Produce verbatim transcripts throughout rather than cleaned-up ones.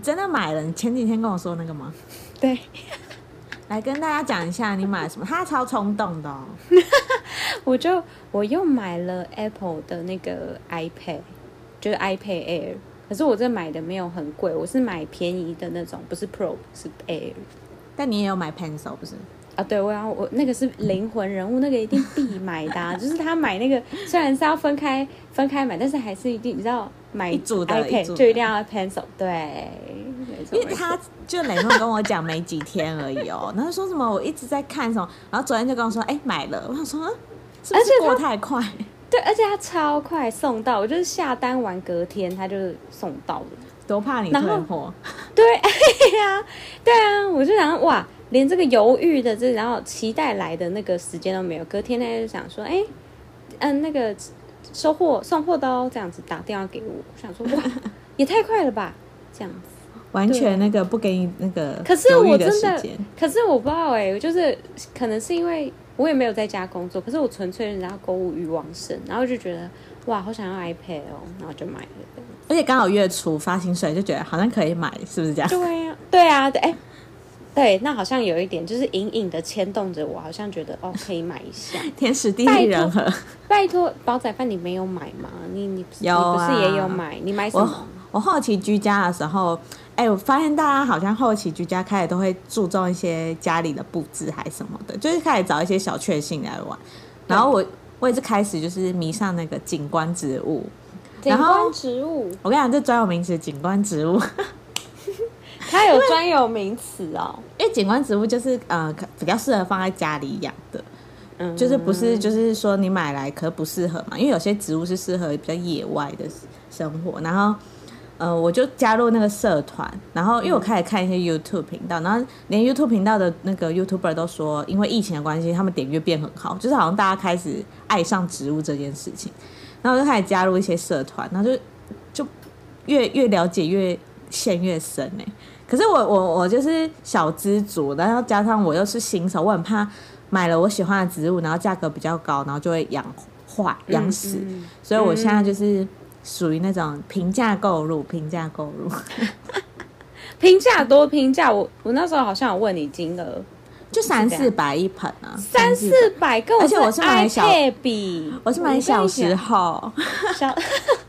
真的买了？你前几天跟我说那个吗？ 对， 来跟大家讲一下你买了什么。他超冲动的哦。 我就我又买了 Apple 的那个 iPad， 就是 iPad Air。可是我这买的没有很贵，我是买便宜的那种，不是 Pro， 是 Air。 但你也有买 Pencil 不是？ 啊，对，我要我那个是灵魂人物，那个一定必买的、啊。就是他买那个虽然是要分开分开买，但是还是一定你知道买 iPad 一组的一组的就一定要 Pencil， 对， 因为他就雷诺跟我讲没几天而已哦，然后说什么我一直在看什么，然后昨天就跟我说哎、欸、买了，我想说、啊、是不是过太快？ 对，而且他超快送到，我就是下单完隔天他就送到了， 多怕你退货。 对呀、啊，对啊，我就想哇。连这个犹豫的这，然后期待来的那个时间都没有。隔天呢就想说，哎，嗯，那个收货送货的哦，这样子打电话给我，我想说哇，也太快了吧，这样子， 完全那个不给你那个可是我真的， 可是我不知道哎、欸，就是可能是因为我也没有在家工作，可是我纯粹人家购物欲旺盛，然后就觉得哇，好想要 iPad 哦，然后就买了。 而且刚好月初发薪水，就觉得好像可以买，是不是这样？ 对呀、啊，对啊，对，哎。对，那好像有一点，就是隐隐的牵动着我，好像觉得哦，可以买一下。 天时地利人和。 拜托，煲仔饭你没有买吗？你你有、啊、 你不是也有买？你买什么？ 我我后期居家的时候，哎，我发现大家好像后期居家开始都会注重一些家里的布置还什么的，就是开始找一些小确幸来玩。然后我我也是开始就是迷上那个景观植物。 景观植物， 我跟你讲，这专有名词景观植物。 它有专有名词哦， 因为景观植物就是呃比较适合放在家里养的，嗯，就是不是就是说你买来可不适合嘛，因为有些植物是适合比较野外的生活。然后呃我就加入那个社团，然后因为我开始看一些 YouTube 频道，然后连 YouTube 频道的那个 YouTuber 都说，因为疫情的关系，他们点阅变很好，就是好像大家开始爱上植物这件事情。然后我就开始加入一些社团，然后就就越越了解越陷越深哎、欸。可是我我我就是小资族，然后加上我又是新手，我很怕买了我喜欢的植物，然后价格比较高，然后就会养坏养死、嗯嗯，所以我现在就是属于那种平价购入，平价购入。 平价多平价，我我那时候好像有问你金额， 就三四百一盆啊， 三四百，跟我是 iPad 比， 我是买小时候， 小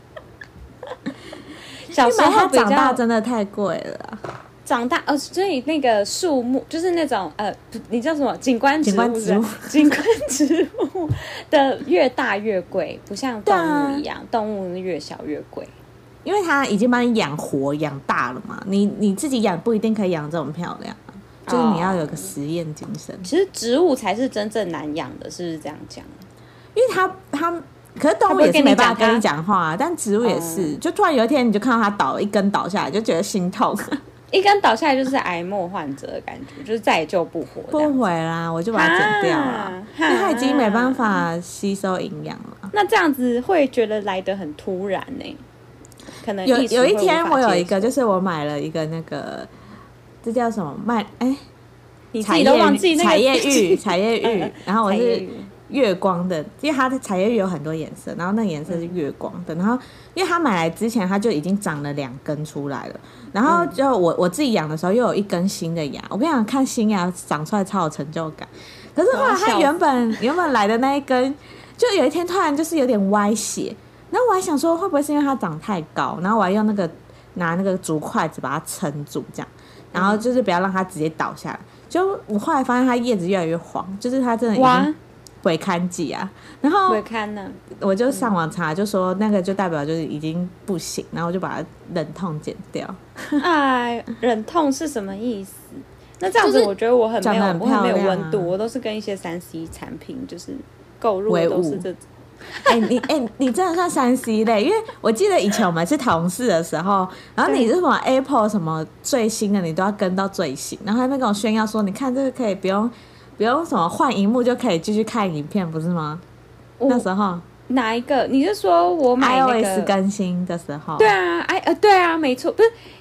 小时候它长大真的太贵了。 长大呃，所以那个树木就是那种呃，你叫什么景观植物？景观植物，景观植物的越大越贵，不像动物一样，啊、动物越小越贵。 因为它已经把你养活养大了嘛，你你自己养不一定可以养这么漂亮、啊，就是你要有个实验精神、哦。 其实植物才是真正难养的，是不是这样讲？ 因为它它，可是动物也是没办法跟你讲话、啊，但植物也是、嗯，就突然有一天你就看到它倒一根倒下来，就觉得心痛。 一根倒下来就是癌末患者的感觉，就是再也救不活。 不回啦，我就把它剪掉了，因为它已经没办法吸收营养了。 那这样子会觉得来得很突然呢、欸？可能有有一天我有一个，就是我买了一个那个，这叫什么麦？哎、欸， 你自己都忘记那个彩叶玉，彩叶玉。然后我是月光的，因为它的彩叶玉有很多颜色，然后那个颜色是月光的。然后因为它买来之前，它就已经长了两根出来了。然后就我我自己养的时候，又有一根新的芽。我跟你讲，看新芽长出来超有成就感。可是后来它原本原本来的那一根，就有一天突然就是有点歪斜。然后我还想说，会不会是因为它长太高？然后我还用那个拿那个竹筷子把它撑住，这样，然后就是不要让它直接倒下来。就我后来发现它叶子越来越黄，就是它真的已经尾刊季啊。然后尾刊呢， 我就上网查，就说那个就代表就是已经不行，然后我就把它忍痛剪掉。 哎，忍痛是什么意思？那这样子我觉得我很没有， 很我很没有温度，我都是跟一些三 C 产品就是购入的都是这种。 哎、欸，你哎、欸，你真的算三 C 类，因为我记得以前我们是同事的时候，然后你是什么 Apple 什么最新的，你都要跟到最新，然后还没跟我炫耀说，你看这个可以不用不用什么换萤幕就可以继续看影片，不是吗？那时候哪一个？你是说我买那个 iOS 更新的时候？ 对啊，哎呃，对啊，没错，不是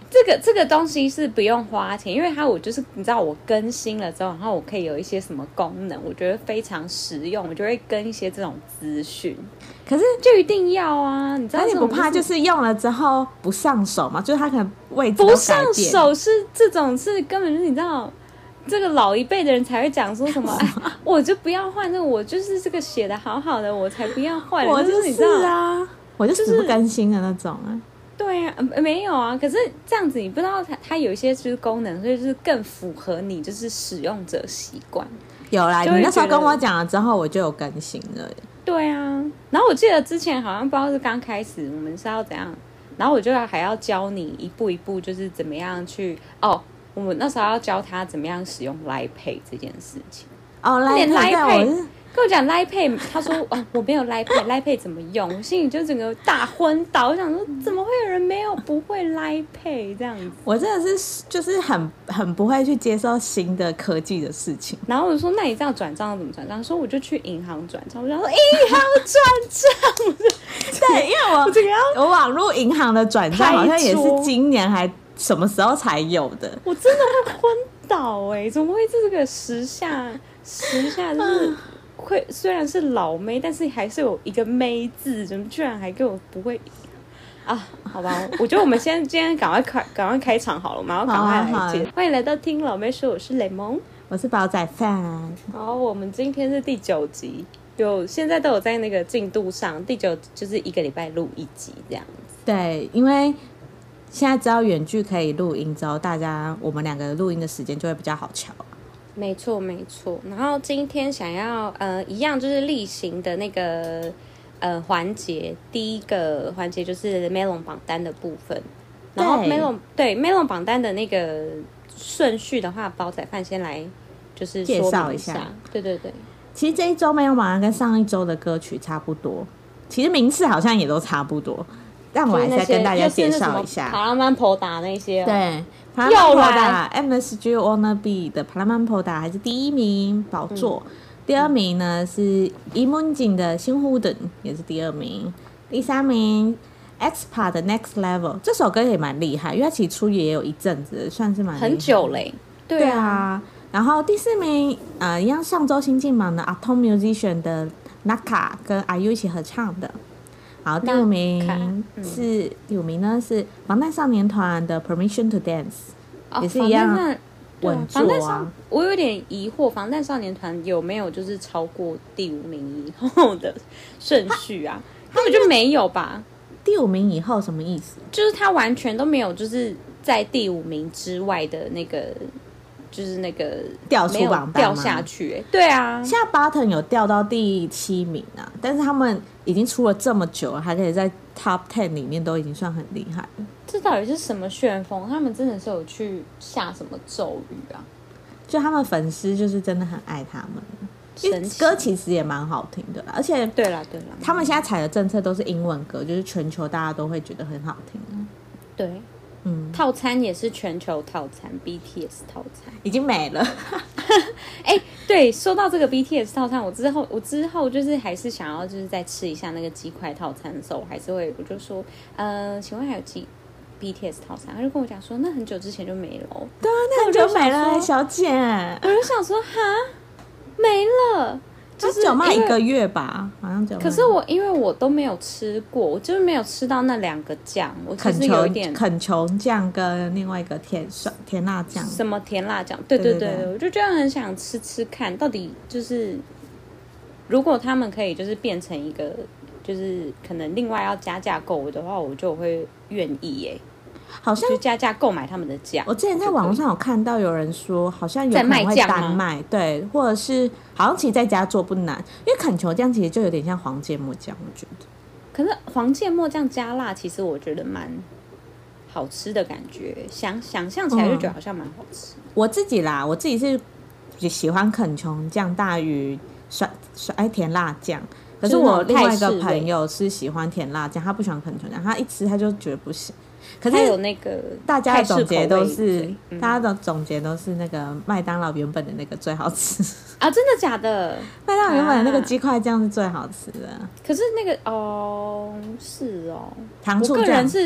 这个这个东西是不用花钱，因为它我就是你知道我更新了之后，然后我可以有一些什么功能，我觉得非常实用，我就会跟一些这种资讯。 可是就一定要啊，你知道、就是？ 而且不怕就是用了之后不上手嘛？就是它可能位置都改变不上手是这种是根本就是你知道。这个老一辈的人才会讲说什么？哎，我就不要换这个，我就是这个写的好好的，我才不要换。 我就是你知道啊，我就死不更新的那种啊。 对啊，没有啊。可是这样子，你不知道它它有一些就是功能，所以就是更符合你就是使用者习惯。 有啦，你那时候跟我讲了之后，我就有更新了。 对啊，然后我记得之前好像不知道是刚开始，我们是要怎样，然后我就还要教你一步一步，就是怎么样去哦。我们那时候要教他怎么样使用 Line Pay 这件事情。 哦， 连 Line Pay 我跟我讲 Line Pay， 他说哦我没有 Line Pay，Line Pay 怎么用？我心里就整个大昏倒，我想说怎么会有人没有不会 Line Pay 这样子？ 我真的是就是很很不会去接受新的科技的事情。 然后我就说那你这样转账怎么转账？说我就去银行转账。我就说银行转账， 对，因为我我这个要我网络银行的转账好像也是今年还。什么时候才有的？ 我真的会昏倒哎、欸！怎么会这个时下时下就是会虽然是老妹，但是还是有一个妹字，怎么居然还给我不会啊？好吧，我觉得我们先今天赶快开赶快开场好了，我们要赶快来接。欢迎来到听老妹说，我是雷蒙， 我是煲仔饭。 好，我们今天是第九集，有现在都有在那个进度上，第九就是一个礼拜录一集这样子。 对，因为。现在知道远距可以录音之后，大家我们两个录音的时间就会比较好瞧。 没错，没错。然后今天想要呃一样就是例行的那个呃环节，第一个环节就是 Melon 榜单的部分。然后 Melon 对 Melon 榜单的那个顺序的话，煲仔饭先来就是介绍一下。 对对对。 其实这一周 Melon 榜单跟上一周的歌曲差不多，其实名次好像也都差不多。但我还是要跟大家介绍一下， 帕拉曼普达那些、哦， 对，帕拉曼普达 M S G Wanna Be 的帕拉曼普达还是第一名宝座、嗯，第二名呢是伊문진的新呼等也是第二名，第三名 aespa 的 Next Level 这首歌也蛮厉害，因为它其实出也有一阵子，算是蛮厉害很久嘞、欸，对啊。 对啊，然后第四名呃一样上周新进榜的 Atom Musician 的 Naka 跟 I U 一起合唱的。好，第五名是、嗯、第五名呢是防弹少年团的 Permission to Dance、哦、也是一样稳坐啊。 我有点疑惑，防弹少年团有没有就是超过第五名以后的顺序啊？根本就没有吧？ 第五名以后什么意思？ 就是他完全都没有，就是在第五名之外的那个。就是那个掉出榜单掉下去、欸，对啊， 现在 Button 有掉到第七名啊，但是他们已经出了这么久了，还可以在 Top Ten 里面都已经算很厉害了。 这到底是什么旋风？他们真的是有去下什么咒语啊？ 就他们粉丝就是真的很爱他们，因为歌其实也蛮好听的啦，而且对啦对啦， 他们现在采的政策都是英文歌，就是全球大家都会觉得很好听。 对。 嗯， 套餐也是全球套餐 B T S 套餐已经没了。 哎、欸，对，说到这个 B T S 套餐，我之后我之后就是还是想要就是再吃一下那个鸡块套餐的时候，我还是会我就说，呃，请问还有鸡 B T S 套餐？他就跟我讲说，那很久之前就没了、哦。 对啊，那很久没了，小姐。 我就想说，哈，没了。 就是只有卖一个月吧，好像只有。 可是我因为我都没有吃过，我就是没有吃到那两个酱，我其实有一点肯琼酱跟另外一个甜酸甜辣酱， 什么甜辣酱？对对 对, 对, 对, 对，我就觉得很想吃吃看，到底就是如果他们可以就是变成一个，就是可能另外要加价购的话，我就会愿意耶。 好像就加价购买他们的酱。 我之前在网络上有看到有人说，好像有可能会单卖，对，或者是好像其实在家做不难，因为恳求酱其实就有点像黄芥末酱，我觉得。 可是黄芥末酱加辣，其实我觉得蛮好吃的感觉，想想象起来就觉得好像蛮好吃、嗯。 我自己啦，我自己是喜欢恳求酱大于酸酸哎甜辣酱。可是我另外一个朋友是喜欢甜辣酱，他不喜欢恳求酱，他一吃他就觉得不行。可是有那个大家的总结都是，嗯、大家的总结都是那个麦当劳原本的那个最好吃啊！真的假的？ 麦当劳原本的那个鸡块酱是最好吃的。 可是那个哦，是哦， 糖醋酱， 我个人是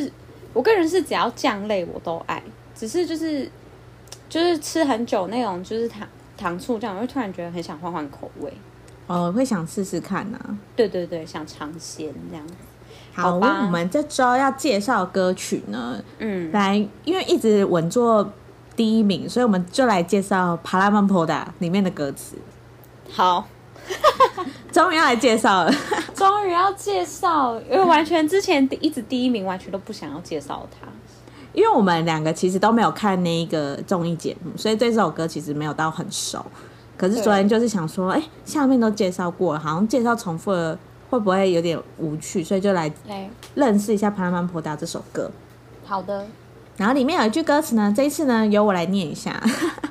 我个人是只要酱类我都爱，只是就是就是吃很久那种就是糖糖醋酱，我会突然觉得很想换换口味。 哦，会想试试看啊。 对对对，想尝鲜这样子。 好， 好吧我们这周要介绍歌曲呢， 嗯， 来，因为一直稳坐第一名，所以我们就来介绍《帕拉曼波达》里面的歌词。 好， 终于要来介绍了， 终于要介绍，因为完全之前一直第一名，完全都不想要介绍它。 因为我们两个其实都没有看那一个综艺节目，所以对这首歌其实没有到很熟。可是昨天就是想说，哎，下面都介绍过了，好像介绍重复了，会不会有点无趣？所以就来认识一下《帕拉曼波达》这首歌。 好的。 然后里面有一句歌词呢，这一次呢由我来念一下。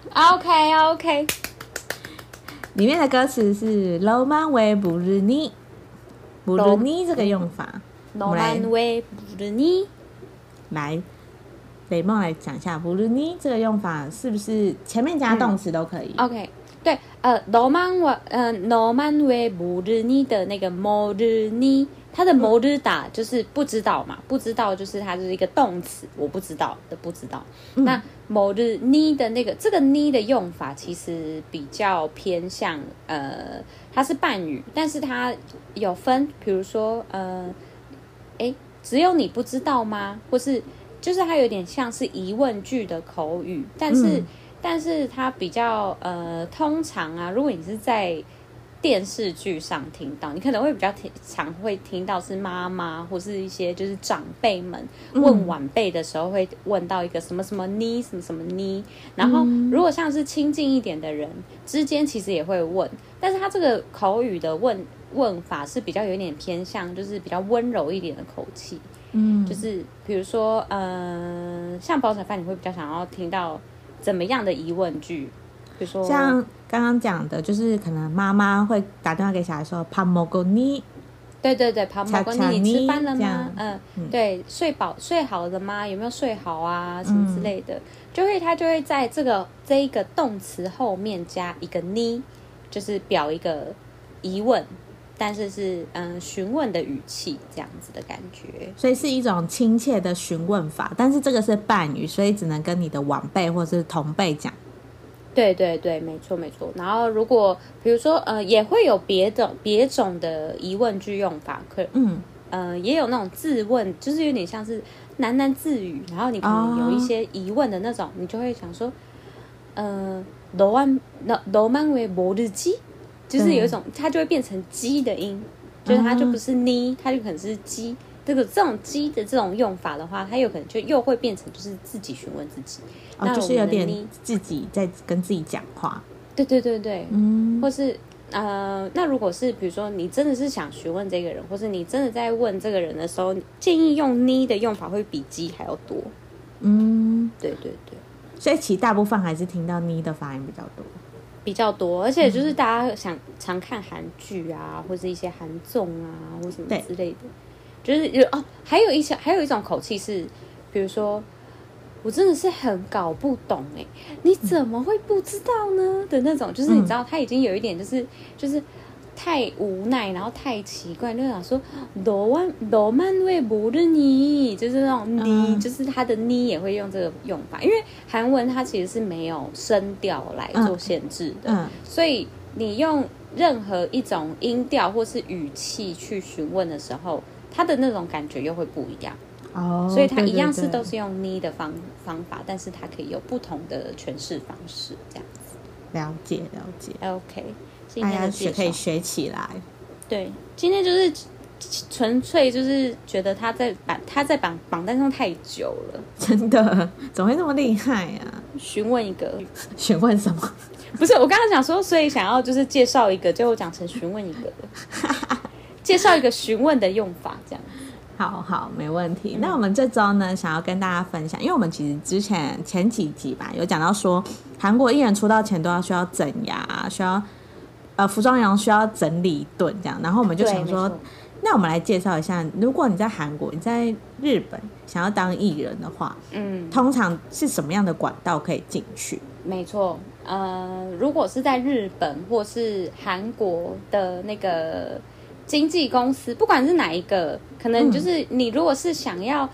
OK OK。 里面的歌词是 "罗曼威不日你"，不日你这个用法。 罗曼威不日你。 来，雷梦来讲一下不日你这个用法是不是前面加动词都可以、 嗯、？OK。对，呃，罗曼威，呃，罗曼威不日你的那个摩日你，它的摩日打就是不知道嘛，不知道就是它就是一个动词，我不知道的不知道。嗯、那摩日你的那个这个你的用法其实比较偏向，呃，它是半语，但是它有分，比如说，呃，哎，只有你不知道吗？或是就是它有点像是疑问句的口语，但是。嗯但是它比较呃，通常啊，如果你是在电视剧上听到，你可能会比较常会听到是妈妈或是一些就是长辈们问晚辈的时候会问到一个什么什么你什么什么你，然后如果像是亲近一点的人之间其实也会问，但是他这个口语的问问法是比较有点偏向就是比较温柔一点的口气，嗯，就是比如说呃，像煲仔饭你会比较想要听到怎么样的疑问句？比如说， 像刚刚讲的，就是可能妈妈会打电话给小孩说“帕莫狗尼”， 对对对，帕莫狗尼，你吃饭了吗？嗯、呃， 嗯， 对，睡饱睡好了吗？有没有睡好啊？什么之类的，嗯、就会他就会在这个这一个动词后面加一个你，就是表一个疑问。但是是嗯询问的语气这样子的感觉， 所以是一种亲切的询问法，但是这个是伴语，所以只能跟你的晚辈或是同辈讲。 对对对，没错没错。然后如果比如说呃也会有别的别种的疑问句用法，可嗯呃也有那种自问，就是有点像是喃喃自语，然后你可能有一些疑问的那种，哦、你就会想说，呃，罗曼罗曼为摩日基。就是有一种，它就会变成鸡的音，就是它就不是呢，它就可能是鸡。这个这种鸡的这种用法的话，它有可能就又会变成就是自己询问自己， 哦，那就是有点自己在跟自己讲话。 对对对对，嗯，或是呃，那如果是比如说你真的是想询问这个人，或是你真的在问这个人的时候，建议用呢的用法会比鸡还要多。嗯，对对对， 所以其实大部分还是听到呢的发音比较多。 比较多，而且就是大家想、嗯、常看韩剧啊，或是一些韩综啊，或什么之类的，就是有哦，还有一些还有一种口气是，比如说，我真的是很搞不懂哎、欸，你怎么会不知道呢？的那种，就是你知道他已经有一点就是就是太无奈，然后太奇怪，就想说罗曼罗曼威不是你，就是那种你、嗯，就是他的你也会用这个用法，因为韩文它其实是没有声调来做限制的，嗯嗯、所以你用任何一种音调或是语气去询问的时候，它的那种感觉又会不一样。哦，所以它一样是都是用你的方方法，但是它可以有不同的诠释方式，这样子。 了解了解 ，OK。 大家学可以学起来。 对，今天就是纯粹就是觉得他在榜他在榜榜单上太久了， 真的怎么会这么厉害啊？ 询问一个， 询问什么？ 不是我刚刚讲说，所以想要就是介绍一个，结果讲成询问一个介绍一个询问的用法，这样。 好好，没问题。嗯、那我们这周呢，想要跟大家分享，因为我们其实之前前几集吧，有讲到说，韩国艺人出道前都要需要整牙，需要。呃，服装洋需要整理一顿这样，然后我们就想说，那我们来介绍一下，如果你在韩国、你在日本想要当艺人的话，嗯，通常是什么样的管道可以进去？ 没错，呃，如果是在日本或是韩国的那个经纪公司，不管是哪一个，可能就是你如果是想要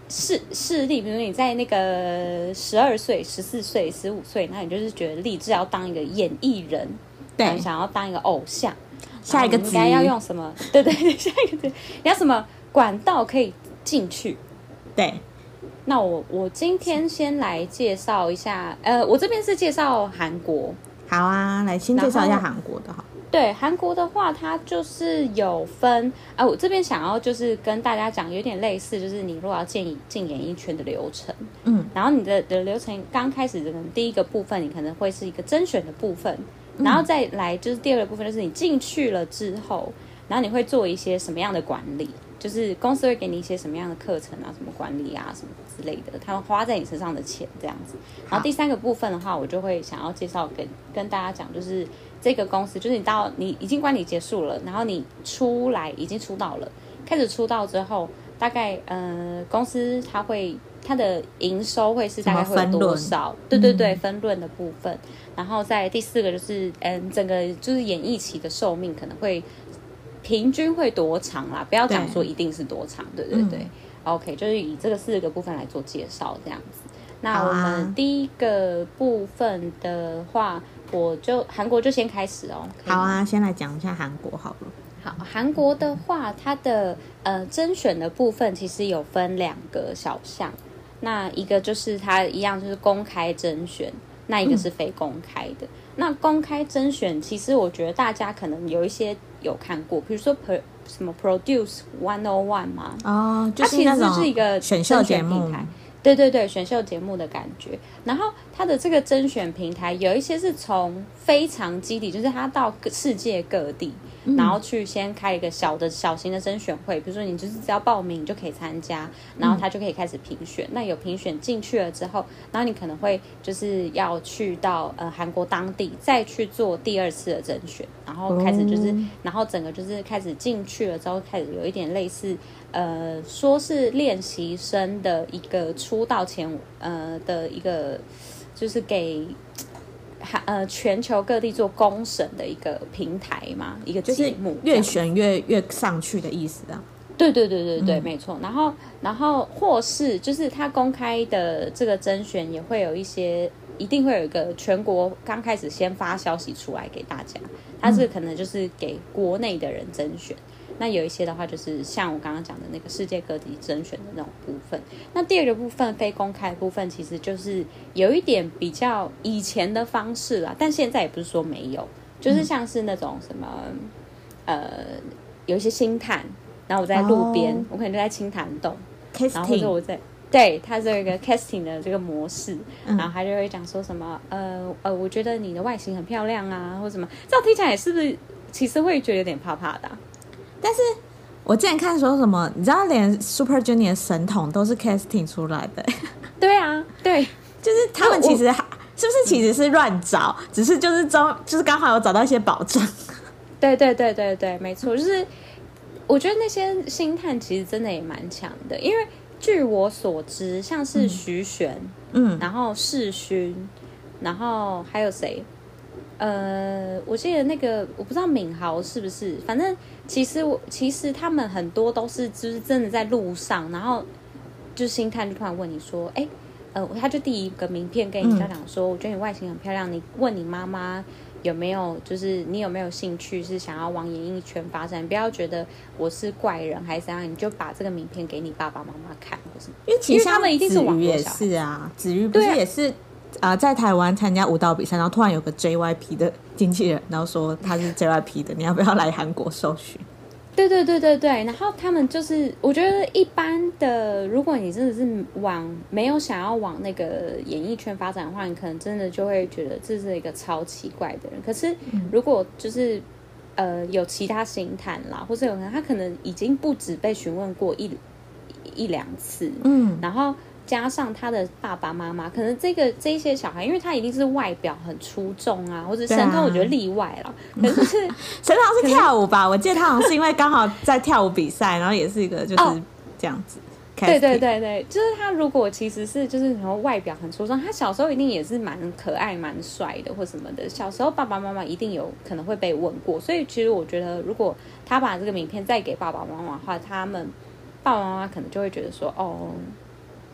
视视力，比如你在那个十二岁、十四岁、十五岁，那你就是觉得立志要当一个演艺人， 对， 想要当一个偶像， 下一个应该要用什么？对对对，下一个你要什么管道可以进去？ 对。 那我我今天先来介绍一下，呃，我这边是介绍韩国。 好啊，来先介绍一下韩国的好。 对，韩国的话，它就是有分啊，我这边想要就是跟大家讲，有点类似，就是你如果要进进演艺圈的流程， 嗯， 然后你的的流程刚开始的第一个部分，你可能会是一个甄选的部分，然后再来就是第二个部分，就是你进去了之后，然后你会做一些什么样的管理，就是公司会给你一些什么样的课程啊，什么管理啊，什么之类的，他们花在你身上的钱这样子。然后第三个部分的话，我就会想要介绍跟跟大家讲，就是这个公司，就是你到你已经管理结束了，然后你出来已经出道了，开始出道之后，大概呃公司它会它的营收会是大概会有多少？对对对，分润的部分。然后在第四个就是嗯，整个就是演艺期的寿命可能会平均会多长啦，不要讲说一定是多长，对对对。嗯、OK， 就是以这个四个部分来做介绍这样子。那我们第一个部分的话，我就韩国就先开始哦。 好啊，先来讲一下韩国好了。 好，韩国的话，它的呃甄选的部分其实有分两个小项，那一个就是它一样就是公开甄选，那一个是非公开的。嗯、那公开甄选，其实我觉得大家可能有一些有看过，比如说 per, 什么 Produce one oh one 嘛， 哦，就是那种它其实是一个选秀节目。 对对对，选秀节目的感觉。然后它的这个甄选平台有一些是从非常基底，就是它到世界各地，嗯、然后去先开一个小的小型的甄选会，比如说你就是只要报名你就可以参加，然后它就可以开始评选。嗯、那有评选进去了之后，然后你可能会就是要去到呃韩国当地再去做第二次的甄选，然后开始就是，哦、然后整个就是开始进去了之后，开始有一点类似。呃，说是练习生的一个出道前呃的一个，就是给呃全球各地做公审的一个平台嘛，一个节目， 就是越选越越上去的意思啊。 对对对对对，嗯、没错。然后然后或是就是他公开的这个甄选也会有一些，一定会有一个全国刚开始先发消息出来给大家，他这个可能就是给国内的人甄选。嗯那有一些的话，就是像我刚刚讲的那个世界各地甄选的那种部分。那第二个部分，非公开的部分，其实就是有一点比较以前的方式啦，但现在也不是说没有，就是像是那种什么，呃，有一些星探，然后我在路边，哦、我可能就在清潭洞， casting 然后或者我在，对，它是有一个 casting 的这个模式，嗯、然后他就会讲说什么，呃呃，我觉得你的外形很漂亮啊，或什么，这样听起来是不是其实会觉得有点怕怕的、啊？ 但是我之前看说什么，你知道连 Super Junior 神童都是 casting 出来的。 对啊，对， 就是他们其实是不是其实是乱找，嗯、只是就是中就是刚好有找到一些宝藏。 对对对对对，没错，就是我觉得那些星探其实真的也蛮强的，因为据我所知，像是徐玄，嗯，然后世勋，然后还有谁？呃，我记得那个我不知道敏豪是不是，反正其实我其实他们很多都是就是真的在路上，然后就星探就突然问你说，哎，呃，他就递一个名片跟你家长说，嗯、我觉得你外形很漂亮，你问你妈妈有没有就是你有没有兴趣是想要往演艺圈发展，不要觉得我是怪人还是怎样，你就把这个名片给你爸爸妈妈看，或什么， 因为其实他们一定是网络小孩， 子瑜也是啊，子瑜不是也是。呃，在台湾参加舞蹈比赛，然后突然有个 J Y P 的经纪人，然后说他是 J Y P 的，你要不要来韩国受训？ 对对对对对，然后他们就是，我觉得一般的，如果你真的是往没有想要往那个演艺圈发展的话，你可能真的就会觉得这是一个超奇怪的人。可是如果就是呃有其他星探啦，或者有可能他可能已经不止被询问过一一两次，嗯，然后。加上他的爸爸妈妈，可能这个这一些小孩，因为他一定是外表很出众啊，或者神童，我觉得例外了。可是神童是跳舞吧？我记得他好像是因为刚好在跳舞比赛，然后也是一个就是这样子。 哦、对对对对，就是他如果其实是就是什么外表很出众，他小时候一定也是蛮可爱、蛮帅的或什么的。小时候爸爸妈妈一定有可能会被问过，所以其实我觉得，如果他把这个名片再给爸爸妈妈的话，他们爸爸妈妈可能就会觉得说，哦。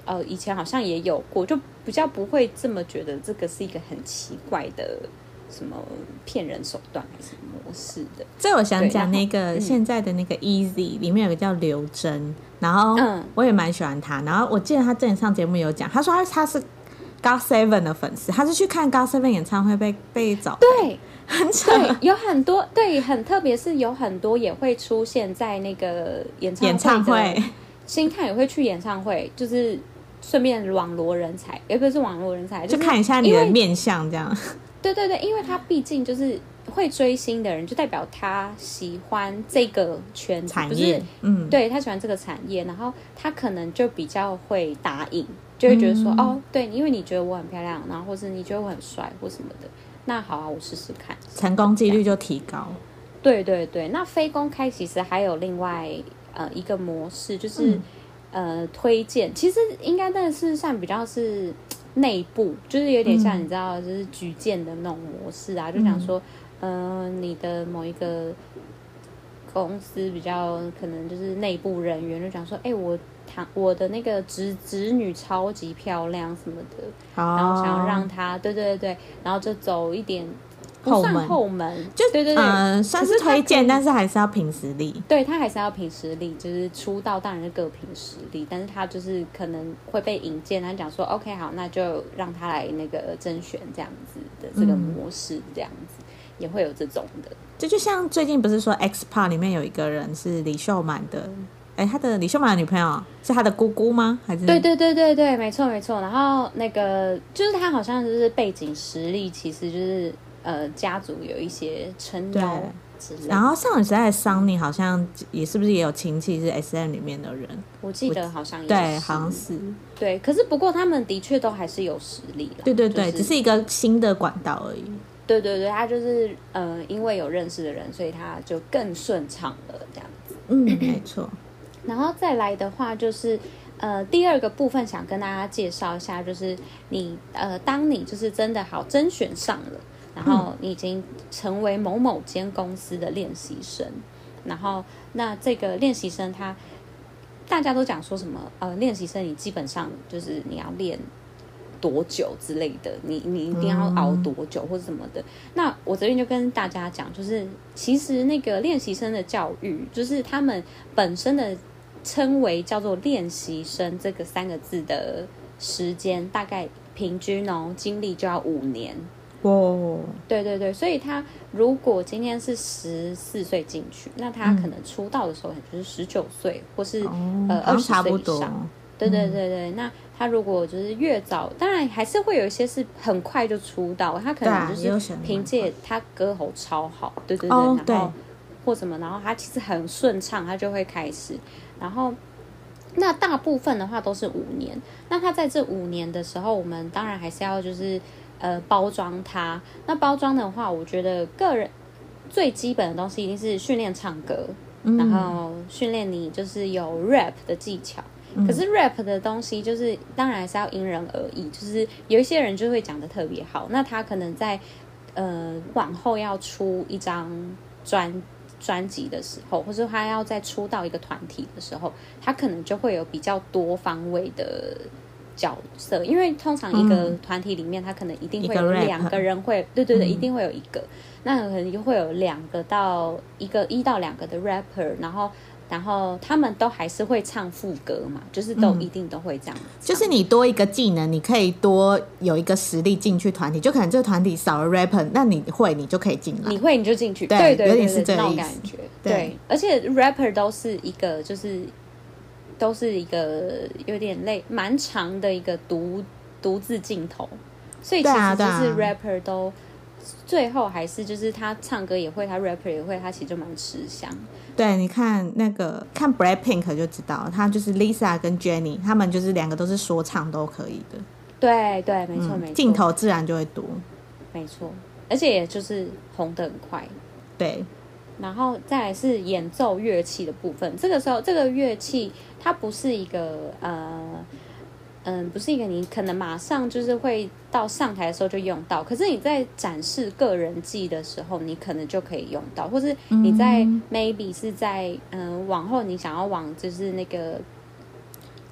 呃以前好像也有过，就比较不会这么觉得这个是一个很奇怪的什么骗人手段还是模式的。 这我想讲那个、嗯、现在的那个 Easy 里面有个叫刘真，然后我也蛮喜欢他，然后我记得他之前上节目有讲，他说他他是 God Seven 的粉丝，他是去看 God Seven 演唱会被被找， 对， 很扯， 对，有很多，对，很特别是有很多也会出现在那个演唱会的，演唱会心态也会去演唱会，就是顺便网罗人才，也不是网罗人才， 就看一下你的面相这样。 对对对，因为他毕竟就是会追星的人，就代表他喜欢这个圈子产业，嗯， 对，他喜欢这个产业，然后他可能就比较会答应，就会觉得说、嗯、哦，对，因为你觉得我很漂亮，然后或是你觉得我很帅或什么的，那好啊，我试试看， 成功几率就提高。 对对对，那非公开其实还有另外呃一个模式，就是、嗯、呃推荐，其实应该但是算比较是内部，就是有点像你知道，就是举荐的那种模式啊，嗯、就想说，嗯、呃，你的某一个公司比较可能就是内部人员就讲说，哎、欸，我堂我的那个侄侄女超级漂亮什么的，哦、然后想要让她，对对对，然后就走一点。不算后门， 就对对对， 呃，算是推荐，但是还是要凭实力。 对，他还是要凭实力，就是出道当然是各凭实力，但是他就是可能会被引荐，他讲说 OK 好，那就让他来那个甄选这样子的这个模式，这样子、嗯、也会有这种的。 这就像最近不是说 X Park 里面有一个人是李秀满的，哎、嗯，他的李秀满的女朋友是他的姑姑吗？还是？ 对对对对对，没错没错。然后那个就是他好像就是背景实力，其实就是。呃，家族有一些撑腰之类的。 然后少女时代的桑尼好像也是不是也有亲戚是 S M 里面的人？ 我记得好像也是， 对，好像是对。可是不过他们的确都还是有实力啦。 对对对、 就是， 只是一个新的管道而已。 对对对，他就是呃，因为有认识的人，所以他就更顺畅了这样子。 嗯，没错。 然后再来的话就是呃，第二个部分想跟大家介绍一下，就是你呃，当你就是真的好甄选上了。然后你已经成为某某间公司的练习生，然后那这个练习生他大家都讲说什么呃，练习生你基本上就是你要练多久之类的，你你一定要熬多久或者什么的。那我这边就跟大家讲，就是其实那个练习生的教育，就是他们本身的称为叫做练习生这个三个字的时间，大概平均哦经历就要五年。 哦， 对对对，所以他如果今天是十四岁进去，那他可能出道的时候可能就是十九岁，或是、哦、呃二十岁以上。对对对对、嗯，那他如果就是越早，当然还是会有一些是很快就出道，他可能就是凭借他歌喉超好，对对对， 哦、 然后或什么，然后他其实很顺畅，他就会开始，然后。那大部分的话都是五年，那他在这五年的时候，我们当然还是要就是呃包装它。那包装的话，我觉得个人最基本的东西一定是训练唱歌，嗯、然后训练你就是有 rap 的技巧。嗯、可是 rap 的东西就是当然还是要因人而异，就是有一些人就会讲得特别好，那他可能在呃往后要出一张专。专辑的时候，或者他要再出道一个团体的时候，他可能就会有比较多方位的角色，因为通常一个团体里面，他可能一定会有两个人会，对对对，一定会有一个，那可能就会有两个到一个一到两个的 rapper， 然后。然后他们都还是会唱副歌嘛，就是都一定都会这样、嗯、 就是你多一个技能，你可以多有一个实力进去团体，就可能这个团体少了 rapper， 那你会你就可以进来， 你会你就进去， 对对对对， 有点是这个意思， 那种感觉 对, 对，而且 rapper 都是一个就是都是一个有点累蛮长的一个独独自镜头，所以其实就是 rapper 都、啊啊、最后还是就是他唱歌也会，他 rapper 也会，他其实就蛮吃香。 对，你看那个看 Blackpink 就知道，他就是 Lisa 跟 Jennie， 他们就是两个都是说唱都可以的。 对对，没错、嗯、没错， 镜头自然就会多。 没错，而且也就是红得很快。 对， 然后再来是演奏乐器的部分，这个时候这个乐器它不是一个呃。嗯，不是一个你可能马上就是会到上台的时候就用到，可是你在展示个人技的时候，你可能就可以用到，或是你在 maybe 是在嗯往后你想要往就是那个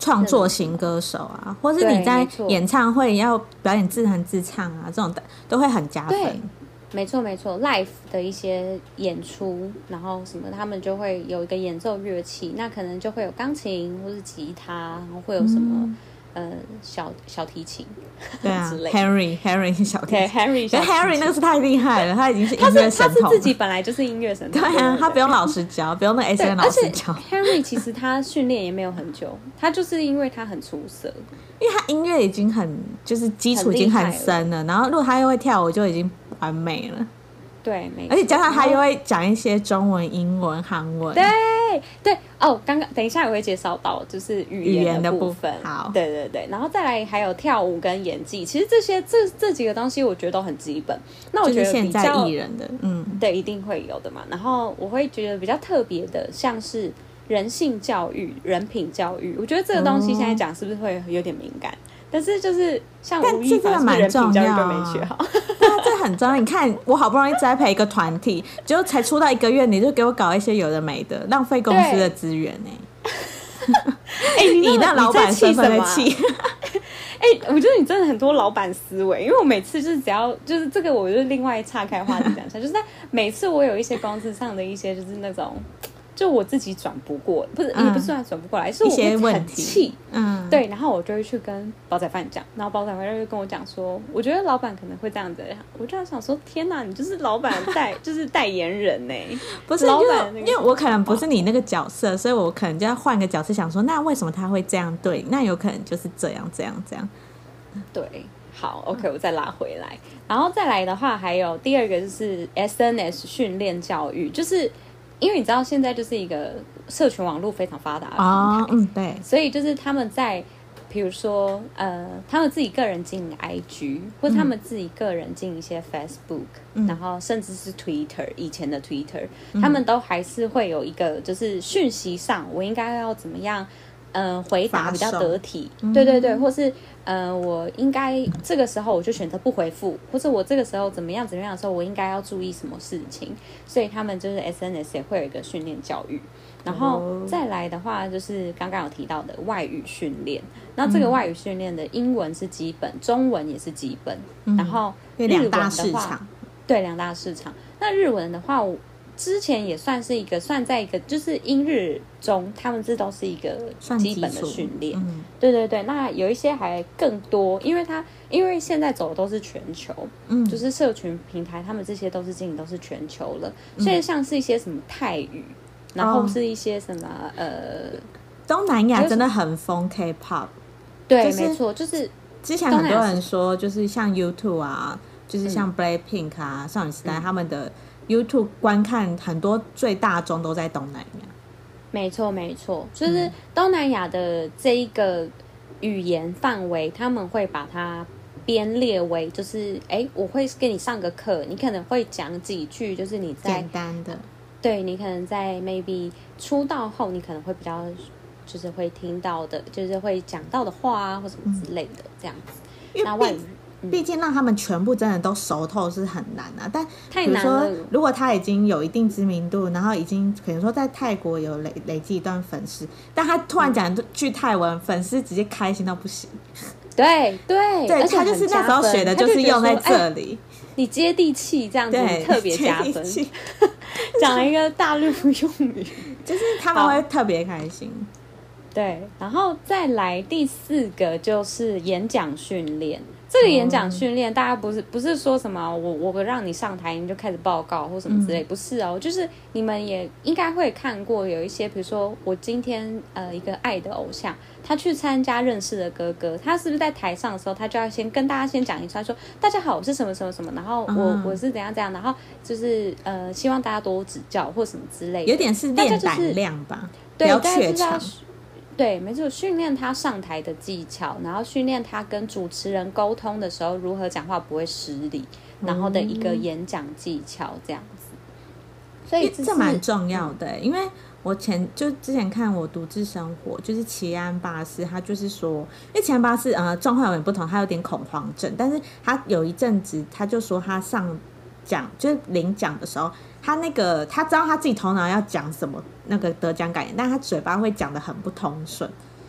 创作型歌手啊，或是你在演唱会要表演自弹自唱啊，这种都会很加分。 没错没错 ，live 的一些演出，然后什么，他们就会有一个演奏乐器，那可能就会有钢琴或是吉他，然后会有什么、嗯、呃小小提琴， 对啊，Henry Henry 小提琴 ，Henry 小提琴 ，Henry 那个是太厉害了，他已经是音乐神童了。他是他是自己本来就是音乐神童， 对啊，他不用老师教，不用那 S N 老师教。 Henry 其实他训练也没有很久，他就是因为他很出色。 因为他音乐已经很就是基础已经很深了，然后如果他又会跳舞，就已经完美了。 对，没错， 而且加上他又会讲一些中文、英文、韩文。 对对哦，刚刚等一下我会介绍到就是语言的部分。 好， 对对对，然后再来还有跳舞跟演技，其实这些这这几个东西我觉得都很基本。那我觉得比较、 就是、现在艺人的，嗯， 对，一定会有的嘛。然后我会觉得比较特别的，像是人性教育、人品教育，我觉得这个东西现在讲是不是会有点敏感？但是就是像吴亦凡是人品教育都没学好， 对啊，这很重要。你看，我好不容易栽培一个团体，结果才出道一个月，你就给我搞一些有的没的，浪费公司的资源呢、欸。 哎、欸， 以那老板身份在气。 哎、欸，我觉得你真的很多老板思维，因为我每次就是只要就是这个，我就另外岔开话题讲一下，就是在每次我有一些公司上的一些就是那种。就我自己转不过，不是、嗯、也不是算转不过来，是我会很气，嗯，对，然后我就会去跟煲仔饭讲，然后煲仔饭就会跟我讲说，我觉得老板可能会这样子，我就想说，天哪，你就是老板代，就是代言人呢、欸， 不是老板、那個，因为我可能不是你那个角色，所以我可能就要换个角色想说，那为什么他会这样对？那有可能就是这样这样这样， 对。好 ，OK， 我再拉回来，然后再来的话，还有第二个就是 S N S 训练教育，就是因为你知道现在就是一个社群网络非常发达的平台， 哦、嗯，对， 所以就是他们在比如说呃，他们自己个人经营 I G， 或他们自己个人经营一些 Facebook，、嗯、然后甚至是 Twitter， 以前的 Twitter，、嗯、他们都还是会有一个就是讯息上我应该要怎么样。嗯、呃，回答比较得体，对对对，或是呃，我应该这个时候我就选择不回复，或者我这个时候怎么样怎么样的时候，我应该要注意什么事情，所以他们就是 S N S 也会有一个训练教育，然后再来的话就是刚刚有提到的外语训练，那这个外语训练的英文是基本，中文也是基本，嗯、然后日文的话，对两大市场，那日文的话我。之前也算是一个算在一个就是英日中，他们这都是一个基本的训练、嗯。对对对，那有一些还更多，因为他因为现在走的都是全球，嗯，就是社群平台，他们这些都是经营都是全球了，嗯、所以像是一些什么泰语，然后是一些什么、哦、呃， 东南亚真的很疯 K-pop， 对，就是、没错，就是之前很多人说，就是像 YouTube 啊，就是像 Blackpink 啊、嗯、少女时代、嗯、他们的。YouTube 观看很多最大宗都在东南亚， 没错没错，就是东南亚的这一个语言范围，他们会把它编列为，就是哎，我会给你上个课，你可能会讲几句，就是你在简单的， 对你可能在 maybe 出道后，你可能会比较就是会听到的，就是会讲到的话啊，或什么之类的、嗯、这样子。那外语。 毕竟让他们全部真的都熟透是很难啊，但比如说如果他已经有一定知名度，然后已经可能说在泰国有累累积一段粉丝，但他突然讲句泰文，粉丝直接开心到不行。 对对对，他就是那时候学的就是用在这里， 哎、你接地气这样子特别加分，讲了一个大陆用语， 就是他们会特别开心。 对，然后再来第四个就是演讲训练。这个演讲训练，大家不是不是说什么我我让你上台你就开始报告或什么之类，嗯、不是哦，就是你们也应该会看过有一些，比如说我今天呃一个爱的偶像，他去参加认识的哥哥，他是不是在台上的时候，他就要先跟大家先讲一串说大家好，我是什么什么什么，然后我、嗯、我是怎样怎样，然后就是呃希望大家多指教或什么之类的， 有点是练胆量吧， 对， 不要怯场。 对，没错，训练他上台的技巧，然后训练他跟主持人沟通的时候如何讲话不会失礼，嗯、然后的一个演讲技巧这样子。所以 这, 这蛮重要的、嗯，因为我前就之前看我独自生活，就是奇安巴士，他就是说，因为奇安巴士呃状况有点不同，他有点恐慌症，但是他有一阵子他就说他上讲就是领奖的时候。他那个他知道他自己头脑要讲什么那个得奖感言，但他嘴巴会讲得很不通顺。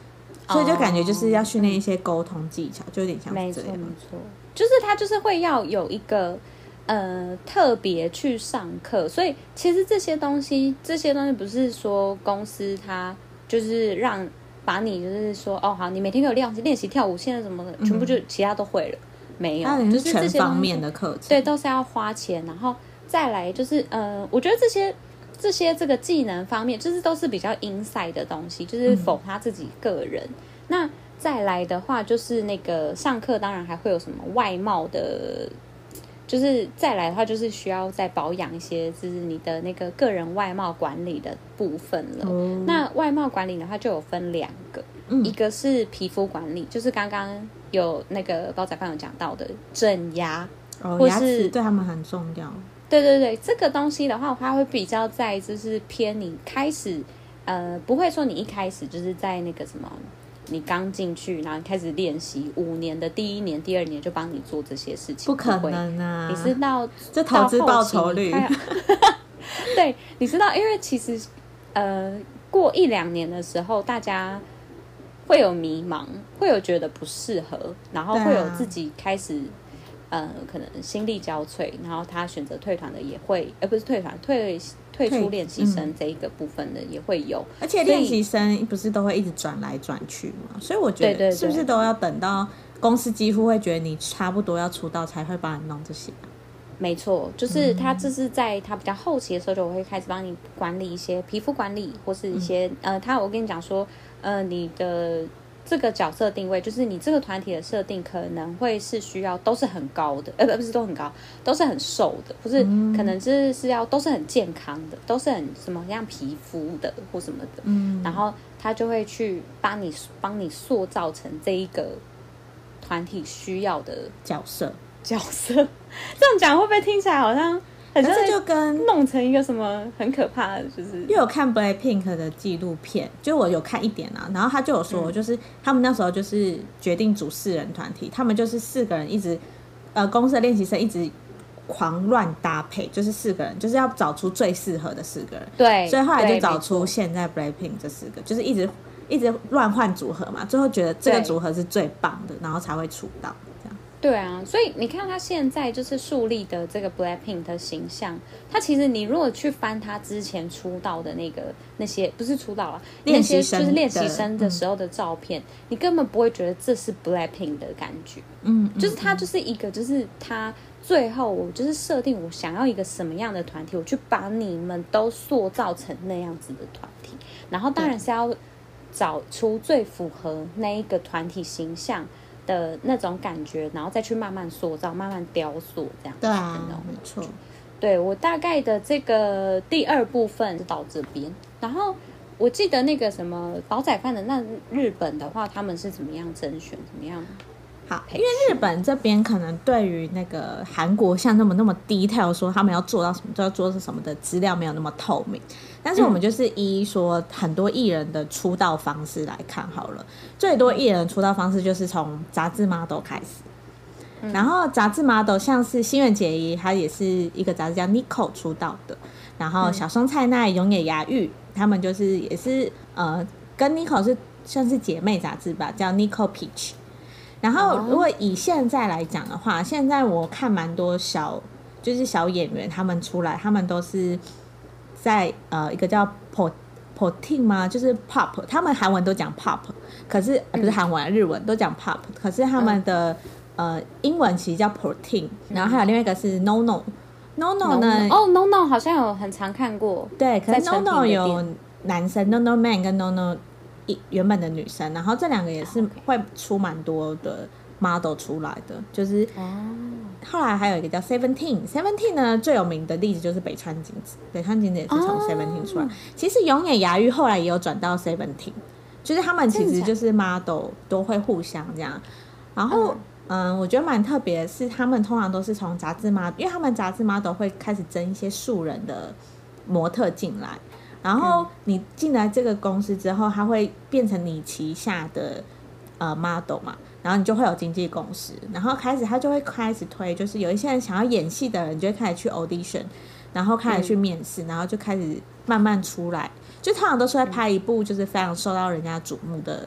所以就感觉就是要训练一些沟通技巧，就有点像这样。 没错没错，就是他就是会要有一个呃特别去上课，所以其实这些东西这些东西不是说公司他就是让把你就是说哦好，你每天给我练习练习跳舞，现在什么的、嗯、全部就其他都会了，没有， 就是全方面的课程， 对，都是要花钱，然后再来就是呃，我觉得这些。这些这个技能方面，就是都是比较 inside 的东西，就是否他自己个人。嗯、那再来的话，就是那个上课，当然还会有什么外貌的，就是再来的话，就是需要再保养一些，就是你的那个个人外貌管理的部分了。嗯、那外貌管理的话，就有分两个，嗯、一个是皮肤管理，就是刚刚有那个煲仔饭有讲到的整牙， 哦、 或是牙齿对他们很重要。 对对对，这个东西的话，它会比较在就是偏你开始，呃，不会说你一开始就是在那个什么，你刚进去，然后开始练习五年的第一年、第二年就帮你做这些事情， 不可能啊！ 你是到这投资报酬率， 对，你知道，因为其实呃，过一两年的时候，大家会有迷茫，会有觉得不适合，然后会有自己开始。呃，可能心力交瘁，然后他选择退团的也会，而、呃、不是退团，退退出练习生这一个部分的也会有。 而且练习生不是都会一直转来转去嘛，所以我觉得是不是都要等到公司几乎会觉得你差不多要出道，才会帮你弄这些？ 没错，就是他这是在他比较后期的时候，就我会开始帮你管理一些皮肤管理，或是一些、嗯、呃，他我跟你讲说，呃，你的。这个角色定位就是你这个团体的设定可能会是需要都是很高的，呃不不是都很高，都是很瘦的，不是、嗯、可能是是要都是很健康的，都是很什么样皮肤的或什么的，嗯，然后他就会去帮你帮你塑造成这一个团体需要的角色角色。这样讲会不会听起来好像？ 可是就跟弄成一个什么很可怕的，就是因为有看 Blackpink 的纪录片，就我有看一点啊，然后他就有说，就是他们那时候就是决定组四人团体，他们就是四个人一直，呃，公司的练习生一直狂乱搭配，就是四个人，就是要找出最适合的四个人， 对， 所以后来就找出现在 Blackpink 这四个，就是一直一直乱换组合嘛，最后觉得这个组合是最棒的，然后才会出道。 对啊，所以你看他现在就是树立的这个 Blackpink 的形象，他其实你如果去翻他之前出道的那个那些不是出道了，那些就是练习生的时候的照片，嗯、你根本不会觉得这是 Blackpink 的感觉。嗯，就是他就是一个就是他最后我就是设定我想要一个什么样的团体，我去把你们都塑造成那样子的团体，然后当然是要找出最符合那一个团体形象的那种感觉，然后再去慢慢塑造、慢慢雕塑，这样子。 对啊，没错。 对，我大概的这个第二部分到这边，然后我记得那个什么煲仔饭的那日本的话，他们是怎么样甄选，怎么样？ 好，因为日本这边可能对于那个韩国像那么那么 detail 说他们要做到什么就要做什么的资料没有那么透明，但是我们就是依说很多艺人的出道方式来看好了，最多艺人出道方式就是从杂志 model 开始，嗯、然后杂志 model 像是新垣结衣，她也是一个杂志叫 Nico 出道的，然后小松菜奈、永野芽郁他们就是也是呃跟 Nico 是算是姐妹杂志吧，叫 Nico Peach。然后如果以现在来讲的话，现在我看蛮多小就是小演员他们出来，他们都是在呃一个叫 Pot Potin 吗？就是 Pop， 他们韩文都讲 Pop， 可是、呃、不是韩文、啊、日文都讲 Pop， 可是他们的、嗯、呃英文其实叫 Potin， 然后还有另外一个是 No No No No 呢？ 哦 No No 好像有很常看过， 对，可是 No No 有男生 No No Man 跟 No No。原本的女生，然后这两个也是会出蛮多的 model 出来的，就是后来还有一个叫 Seventeen Seventeen 呢，最有名的例子就是北川景子，北川景子也是从 Seventeen 出来。哦、其实永野芽郁后来也有转到 Seventeen， 就是他们其实就是 model 都会互相这样。然后嗯, 嗯，我觉得蛮特别的是，他们通常都是从杂志 model， 因为他们杂志 model 会开始征一些素人的模特进来。然后你进来这个公司之后，它会变成你旗下的呃 model 嘛，然后你就会有经纪公司，然后开始他就会开始推，就是有一些人想要演戏的人就会开始去 audition， 然后开始去面试，然后就开始慢慢出来，就通常都是会拍一部就是非常受到人家瞩目的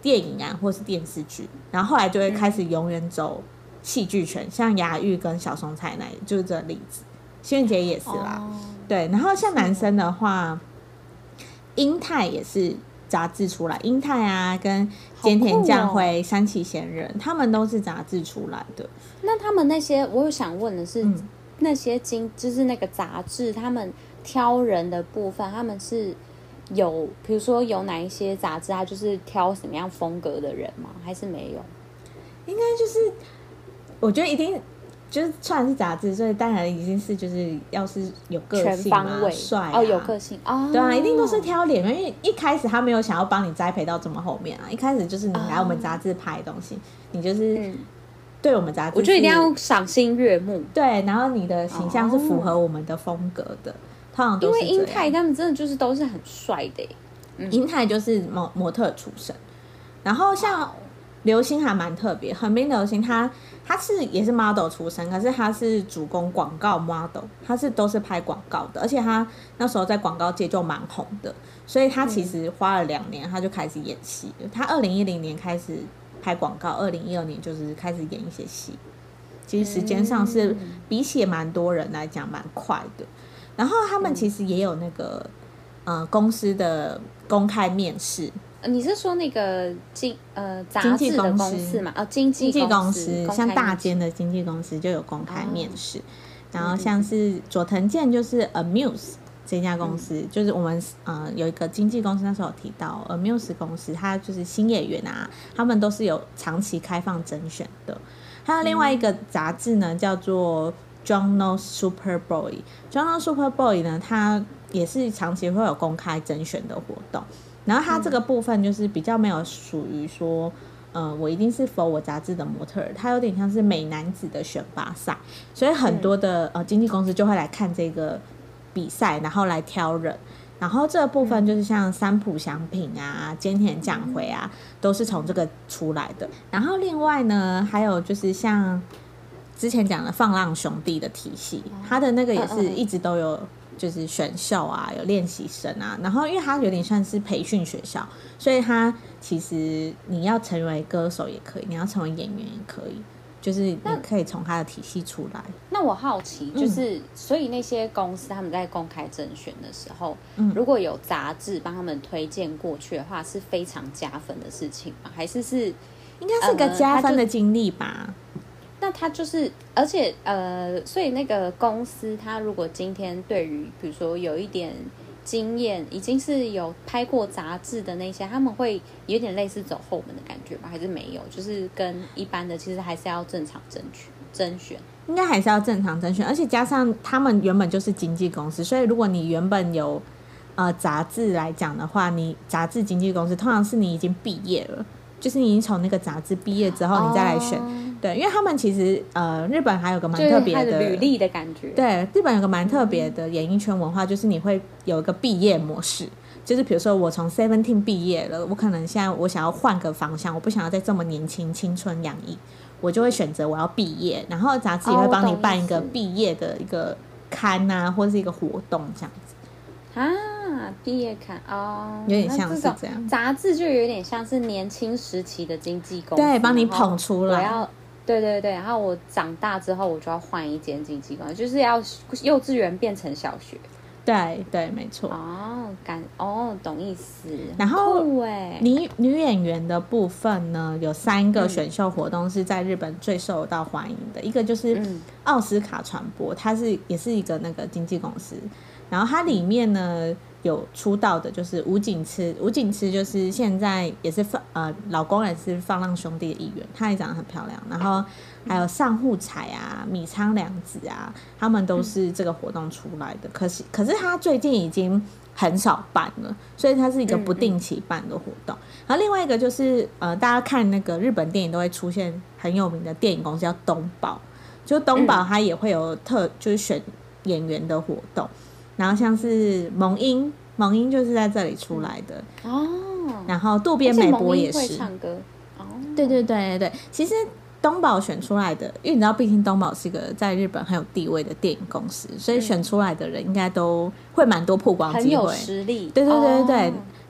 电影啊或是电视剧，然后后来就会开始永远走戏剧圈，像雅玉跟小松菜奈就是这个例子，新垣结衣也是啦、哦、对。然后像男生的话，英泰也是杂志出来，英泰啊跟菅田将晖、哦、山崎贤人他们都是杂志出来的。 那他们那些我有想问的是、嗯、那些经就是那个杂志他们挑人的部分，他们是有比如说有哪一些杂志他就是挑什么样风格的人吗？还是没有？ 应该就是我觉得一定就是虽是杂志，所以当然已经是就是要是有个性嘛，帅啊， 哦，有个性哦， 对啊，一定都是挑脸，因为一开始他没有想要帮你栽培到这么后面啊，一开始就是你来我们杂志拍东西，哦、你就是对我们杂志， 我觉得一定要赏心悦目， 对，然后你的形象是符合我们的风格的，哦、通常都是这样。 因为英泰他们真的就是都是很帅的， 嗯、英泰就是模模特出身，然后像刘星还蛮特别，横滨流星他他是也是 model 出身，可是他是主攻广告 model， 他是都是拍广告的，而且他那时候在广告界就蛮红的，所以他其实花了两年他就开始演戏了。他二零一零年开始拍广告，二零一二年就是开始演一些戏，其实时间上是比起蛮多人来讲蛮快的。然后他们其实也有那个呃公司的公开面试。 你是说那个经呃杂志的公司嘛？哦，经纪公司，像大间的经纪公司就有公开面试，哦、然后像是佐藤健就是 Amuse 这家公司，嗯、就是我们呃有一个经纪公司那时候有提到 Amuse 公司，它就是新演员啊，他们都是有长期开放甄选的。还有另外一个杂志呢，叫做 Journal Superboy，Journal Superboy 呢，它也是长期会有公开甄选的活动。然后它这个部分就是比较没有属于说，呃，我一定是 for 我杂志的模特儿，它有点像是美男子的选拔赛，所以很多的、嗯、呃经纪公司就会来看这个比赛，然后来挑人。然后这个部分就是像三浦翔平啊、菅田将晖啊，都是从这个出来的。然后另外呢，还有就是像之前讲的放浪兄弟的体系，它的那个也是一直都有。就是选秀啊，有练习生啊，然后因为它有点像是培训学校，所以它其实你要成为歌手也可以，你要成为演员也可以，就是你可以从它的体系出来。 那我好奇，就是、嗯、所以那些公司他们在公开甄选的时候，嗯、如果有杂志帮他们推荐过去的话，是非常加分的事情吗？还是是应该是个加分的经历吧？ 呃那他就是，而且呃，所以那个公司，他如果今天对于比如说有一点经验，已经是有拍过杂志的那些，他们会有点类似走后门的感觉吧？还是没有？就是跟一般的，其实还是要正常甄选甄选， 应该还是要正常甄选，而且加上他们原本就是经纪公司，所以如果你原本有呃杂志来讲的话，你杂志经纪公司通常是你已经毕业了。就是你已经从那个杂志毕业之后，你再来选，哦、对，因为他们其实呃，日本还有个蛮特别的， 的履历的感觉。 对，日本有个蛮特别的演艺圈文化，就是你会有一个毕业模式，就是比如说我从 Seventeen 毕业了，我可能现在我想要换个方向，我不想要再这么年轻、青春洋溢，我就会选择我要毕业，然后杂志也会帮你办一个毕业的一个刊啊，或者是一个活动这样子。 啊，毕业刊哦， 有点像是这样。 杂志就有点像是年轻时期的经纪公司， 对，帮你捧出来。 我要，对对对，然后我长大之后，我就要换一间经纪公司，就是要幼稚园变成小学。 对对，没错。 哦，感哦，懂意思。 然后，女女演员的部分呢，有三个选秀活动是在日本最受到欢迎的，嗯、一个就是奥斯卡传播，它是也是一个那个经纪公司。然后它里面呢有出道的就是吴景痴，吴景痴就是现在也是放呃老公也是放浪兄弟的一员，她也长得很漂亮。然后还有上户彩啊、米仓凉子啊，他们都是这个活动出来的。可是可是他最近已经很少办了，所以它是一个不定期办的活动。嗯嗯然后另外一个就是呃大家看那个日本电影都会出现很有名的电影公司叫东宝，就东宝它也会有特就是选演员的活动。然后像是蒙英，蒙英就是在这里出来的哦。然后渡边美波也是会唱歌哦。 对对对对，其实东宝选出来的，因为你知道，毕竟东宝是一个在日本很有地位的电影公司，所以选出来的人应该都会蛮多曝光机会， 很有实力。 对对对对对，哦、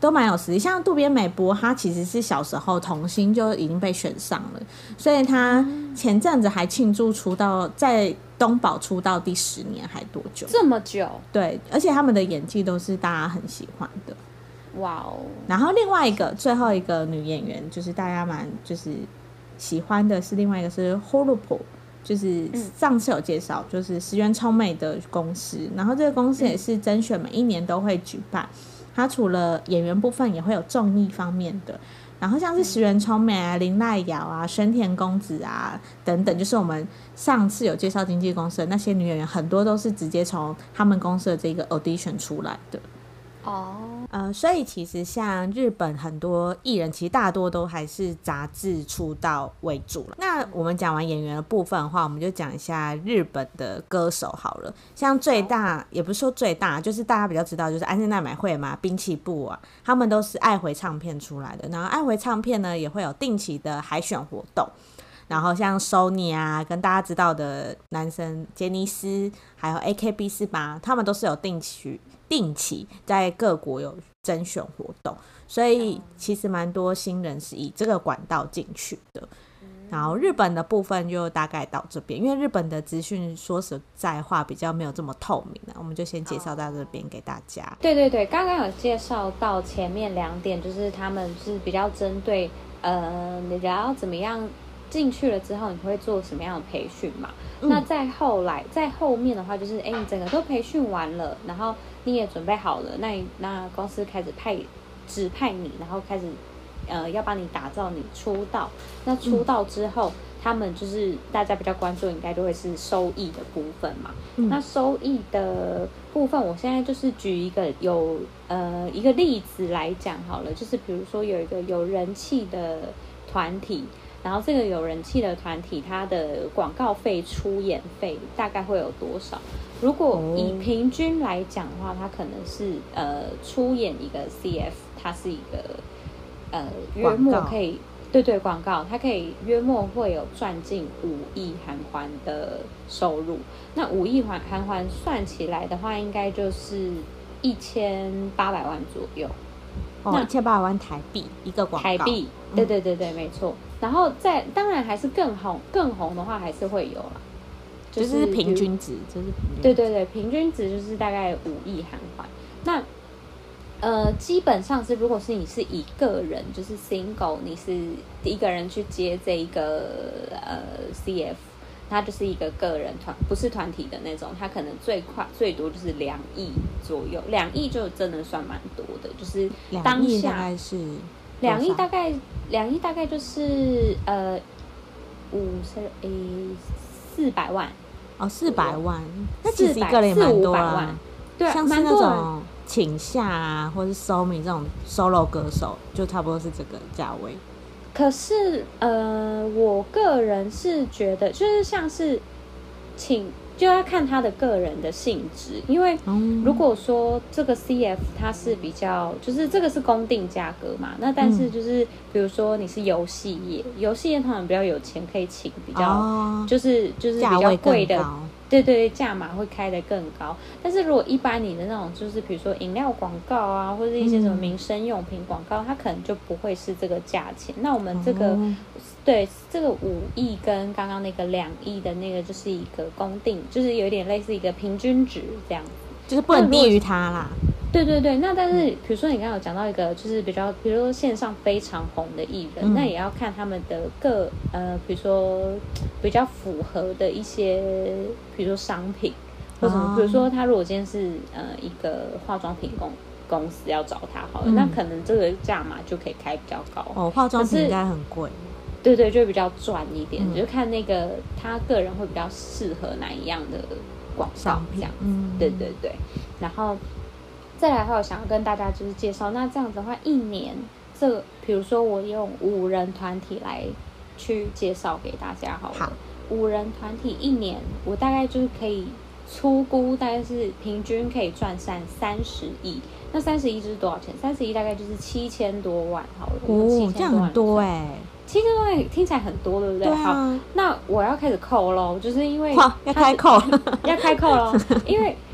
都蛮有实力。像渡边美波，她其实是小时候童星就已经被选上了，所以她前阵子还庆祝出道，在东宝出道第十年还多久？ 这么久？ 对，而且他们的演技都是大家很喜欢的。 哇哦！ 然后另外一个最后一个女演员，就是大家蛮就是喜欢的是另外一个是 Hulupo。就是上次有介绍，就是石原聪美的公司，然后这个公司也是甄选每一年都会举办，它除了演员部分也会有综艺方面的，然后像是石原聪美啊、林濑遥啊、深田恭子啊等等，就是我们上次有介绍经纪公司的那些女演员，很多都是直接从他们公司的这个 audition 出来的。哦，呃，所以其实像日本很多艺人，其实大多都还是杂志出道为主了。那我们讲完演员的部分的话，我们就讲一下日本的歌手好了。像最大，也不是说最大，就是大家比较知道，就是安室奈美惠嘛、滨崎步啊，他们都是爱回唱片出来的。然后爱回唱片呢，也会有定期的海选活动。然后像 Sony 啊，跟大家知道的男生杰尼斯，还有 A K B 四十八，他们都是有定期定期在各国有甄选活动，所以其实蛮多新人是以这个管道进去的。然后日本的部分就大概到这边，因为日本的资讯说实在话比较没有这么透明啊，我们就先介绍到这边给大家。 对对对，刚刚有介绍到前面两点，就是他们是比较针对呃，你要怎么样进去了之后你会做什么样的培训嘛、嗯、那在后来在后面的话就是哎，你整个都培训完了，然后你也准备好了，那那公司开始派指派你，然后开始呃要帮你打造你出道。那出道之后、嗯、他们就是大家比较关注应该就会是收益的部分嘛、嗯、那收益的部分我现在就是举一个有呃一个例子来讲好了，就是比如说有一个有人气的团体，然后这个有人气的团体它的广告费出演费大概会有多少，如果以平均来讲的话，它可能是呃出演一个 C F 它是一个呃约莫可以对对广告它可以约莫会有赚进五亿韩元的收入，那五亿韩元算起来的话应该就是一千八百万左右。 哦，一千八百万台币一个广告， 台币，对对对对、嗯，没错。然后再当然还是更红，更红的话还是会有啦， 就是、就是平均值，就是平均值。 对对对，平均值就是大概五亿韩元。那呃，基本上是如果是你是一个人，就是 single， 你是一个人去接这一个呃 C F。它就是一个个人团，不是团体的那种，它可能最快最多就是两亿左右，两亿就真的算蛮多的，就是当下大概是两亿大概两亿大概就是呃五十诶四百万哦，四百万，那其实一个人也蛮多啦， 对， 像是那种请夏啊，或是 Somi 这种 solo 歌手，就差不多是这个价位。 可是，呃，我个人是觉得，就是像是请就要看他的个人的性质，因为如果说这个 C F 它是比较，就是这个是公定价格嘛，那但是就是比如说你是游戏业，游戏业通常比较有钱，可以请比较、哦、就是就是比较贵的。对对，价码会开得更高，但是如果一般你的那种就是比如说饮料广告啊，或者一些什么民生用品广告、嗯、它可能就不会是这个价钱。那我们这个、哦、对这个五亿跟刚刚那个两亿的那个就是一个公定，就是有点类似一个平均值这样子， 就是不能低于它啦。 对对对，那但是比如说你刚刚有讲到一个就是比较比如说线上非常红的艺人、嗯、那也要看他们的各呃比如说比较符合的一些比如说商品或什么、哦、比如说他如果今天是呃一个化妆品公公司要找他好了、嗯、那可能这个价码就可以开比较高哦，化妆品应该很贵， 对对，就比较赚一点、嗯、就看那个他个人会比较适合哪一样的广告这样子、嗯、对对对，然后再来的话我想要跟大家就是介绍，那这样子的话一年这比如说我用五人团体来去介绍给大家好了，好，五人团体一年我大概就是可以粗估大概是平均可以赚三三十亿，那三十亿就是多少钱？三十亿大概就是七千多万好了， 哦，这样很多哎、欸， 七千多万听起来很多，对不对？ 对啊、 好，那我要开始扣咯，就是因为要开扣要开扣咯，因为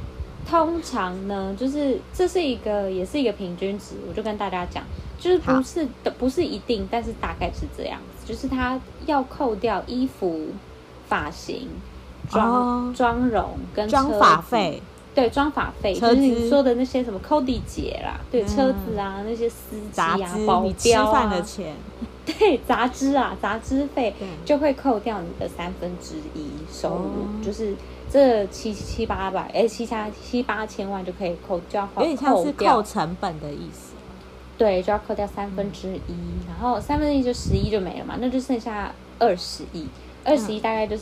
通常呢，就是这是一个也是一个平均值，我就跟大家讲，就是不是的不是一定，但是大概是这样子，就是他要扣掉衣服、发型、妆妆、哦、容跟妆发费。 对，妆发费就是你说的那些什么 Cody 姐啦，对、嗯、车子啊，那些司机啊，保镖啊， 吃饭的钱， 对，杂支啊，杂支费就会扣掉你的三分之一收入，哦、就是这七七八百，哎，七七七八千万就可以扣，就要扣掉， 有点像是扣成本的意思。 对，就要扣掉三分之一，嗯、然后三分之一就十一就没了嘛，那就剩下二十亿，二十亿大概就是、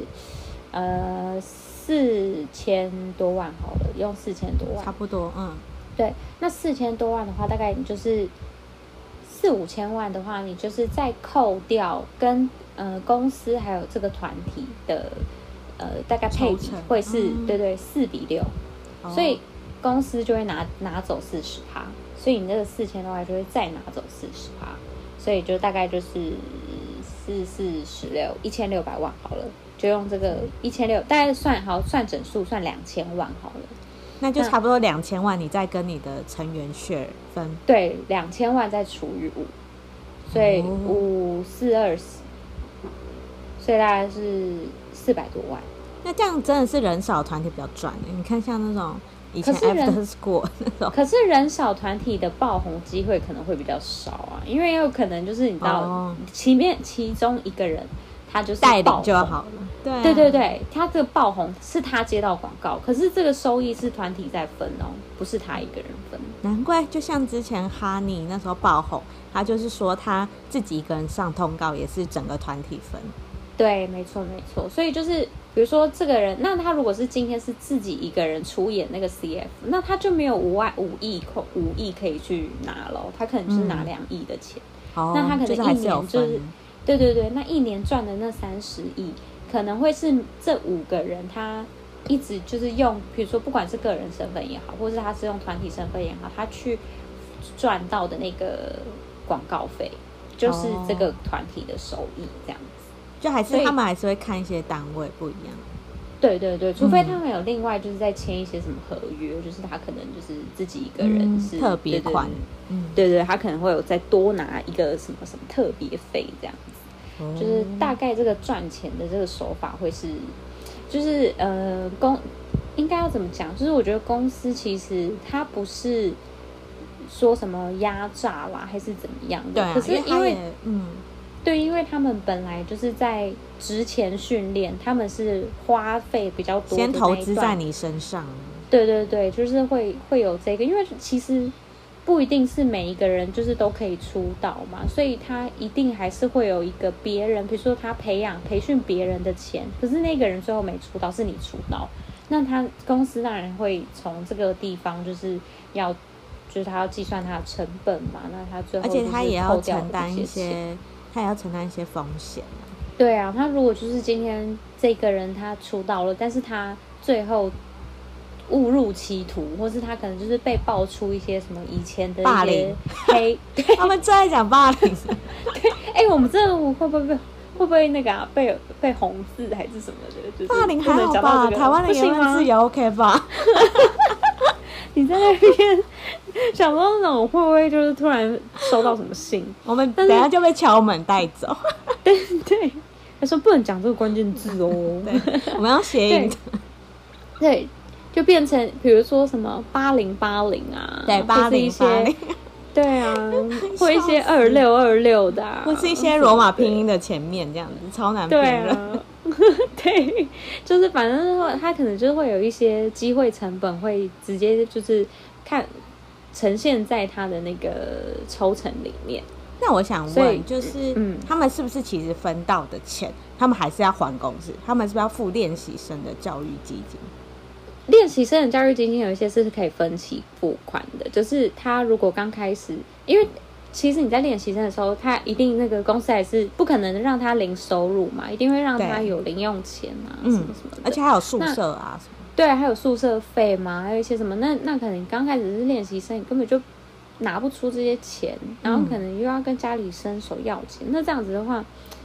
嗯、呃。四千多万好了，用四千多万， 差不多，嗯， 对。那四千多万的话，大概你就是四五千万的话，你就是再扣掉跟呃公司还有这个团体的呃大概配比会是、嗯、对对四比六、哦，所以公司就会拿拿走四十趴，所以你那个四千多万就会再拿走四十趴，所以就大概就是四四十六一千六百万好了。就用这个一千六，大概算好算整数算两千万好了， 那就差不多两千万，你再跟你的成员 share 分， 对，两千万再除以五，所以五四二十，所以大概是四百多万。 那这样真的是人少团体比较赚，你看像那种以前 After School 那种， 可是人少团体的爆红机会可能会比较少啊，因为有可能就是你知道，哦、前面其中一个人。他就是代理就好了，对、啊、 对对对，他这个爆红是他接到广告，可是这个收益是团体在分哦，不是他一个人分。 难怪，就像之前哈尼那时候爆红，他就是说他自己一个人上通告也是整个团体分。 对，没错没错，所以就是比如说这个人，那他如果是今天是自己一个人出演那个 C F， 那他就没有五万五亿扣五亿可以去拿了，他可能就是拿两亿的钱、嗯，那他可能一年就是。对对对，那一年赚的那三十亿，可能会是这五个人他一直就是用，比如说不管是个人身份也好，或是他是用团体身份也好，他去赚到的那个广告费，就是这个团体的收益，这样子。 就还是他们还是会看一些单位不一样。 对对对，除非他们有另外就是在签一些什么合约、嗯，就是他可能就是自己一个人是、 嗯、特别款， 嗯，对对，他可能会有再多拿一个什么什么特别费这样子。就是大概这个赚钱的这个手法会是，就是呃公应该要怎么讲？就是我觉得公司其实它不是说什么压榨啦，还是怎么样的。 对、啊， 可是因为嗯， 对，因为他们本来就是在职前训练，他们是花费比较多的那一段， 先投资在你身上。 对对对，就是会会有这个，因为其实。不一定是每一个人就是都可以出道嘛，所以他一定还是会有一个别人，比如说他培养培训别人的钱，可是那个人最后没出道，是你出道，那他公司当然会从这个地方就是要，就是他要计算他的成本嘛，那他最后而且他也要承担一些，他也要承担一些风险、啊。 对啊，他如果就是今天这个人他出道了，但是他最后。误入歧途，或是他可能就是被爆出一些什么以前的一些黑， 他们最爱讲霸凌。 对，哎、欸，我们这会不会被会不会那个啊被被红字还是什么的？就是、 霸凌还好吧？台湾的言论自由 OK 吧？ 你在那边想说那种会不会就是突然收到什么信？ 我们等一下就被敲门带走。 对对，他说不能讲这个关键字哦。 对，我们要谐音的。 对。就变成比如说什么八零八零啊， 对，八零八零， 对啊，或一些二六二六的、啊， 或是一些罗马拼音的前面这样子，超难辨认。 对啊，对，就是反正他可能就是会有一些机会成本，会直接就是看呈现在他的那个抽成里面。 那我想问，就是、嗯、他们是不是其实分到的钱，他们还是要还公司？他们是不是要付练习生的教育基金？ 练习生的教育基金有一些是可以分期付款的，就是他如果刚开始，因为其实你在练习生的时候，他一定那个公司还是不可能让他零收入嘛，一定会让他有零用钱啊，什么什么的， 而且还有宿舍啊什么。 对，还有宿舍费嘛，还有一些什么，那那可能你刚开始是练习生，你根本就拿不出这些钱，然后可能又要跟家里伸手要钱，那这样子的话，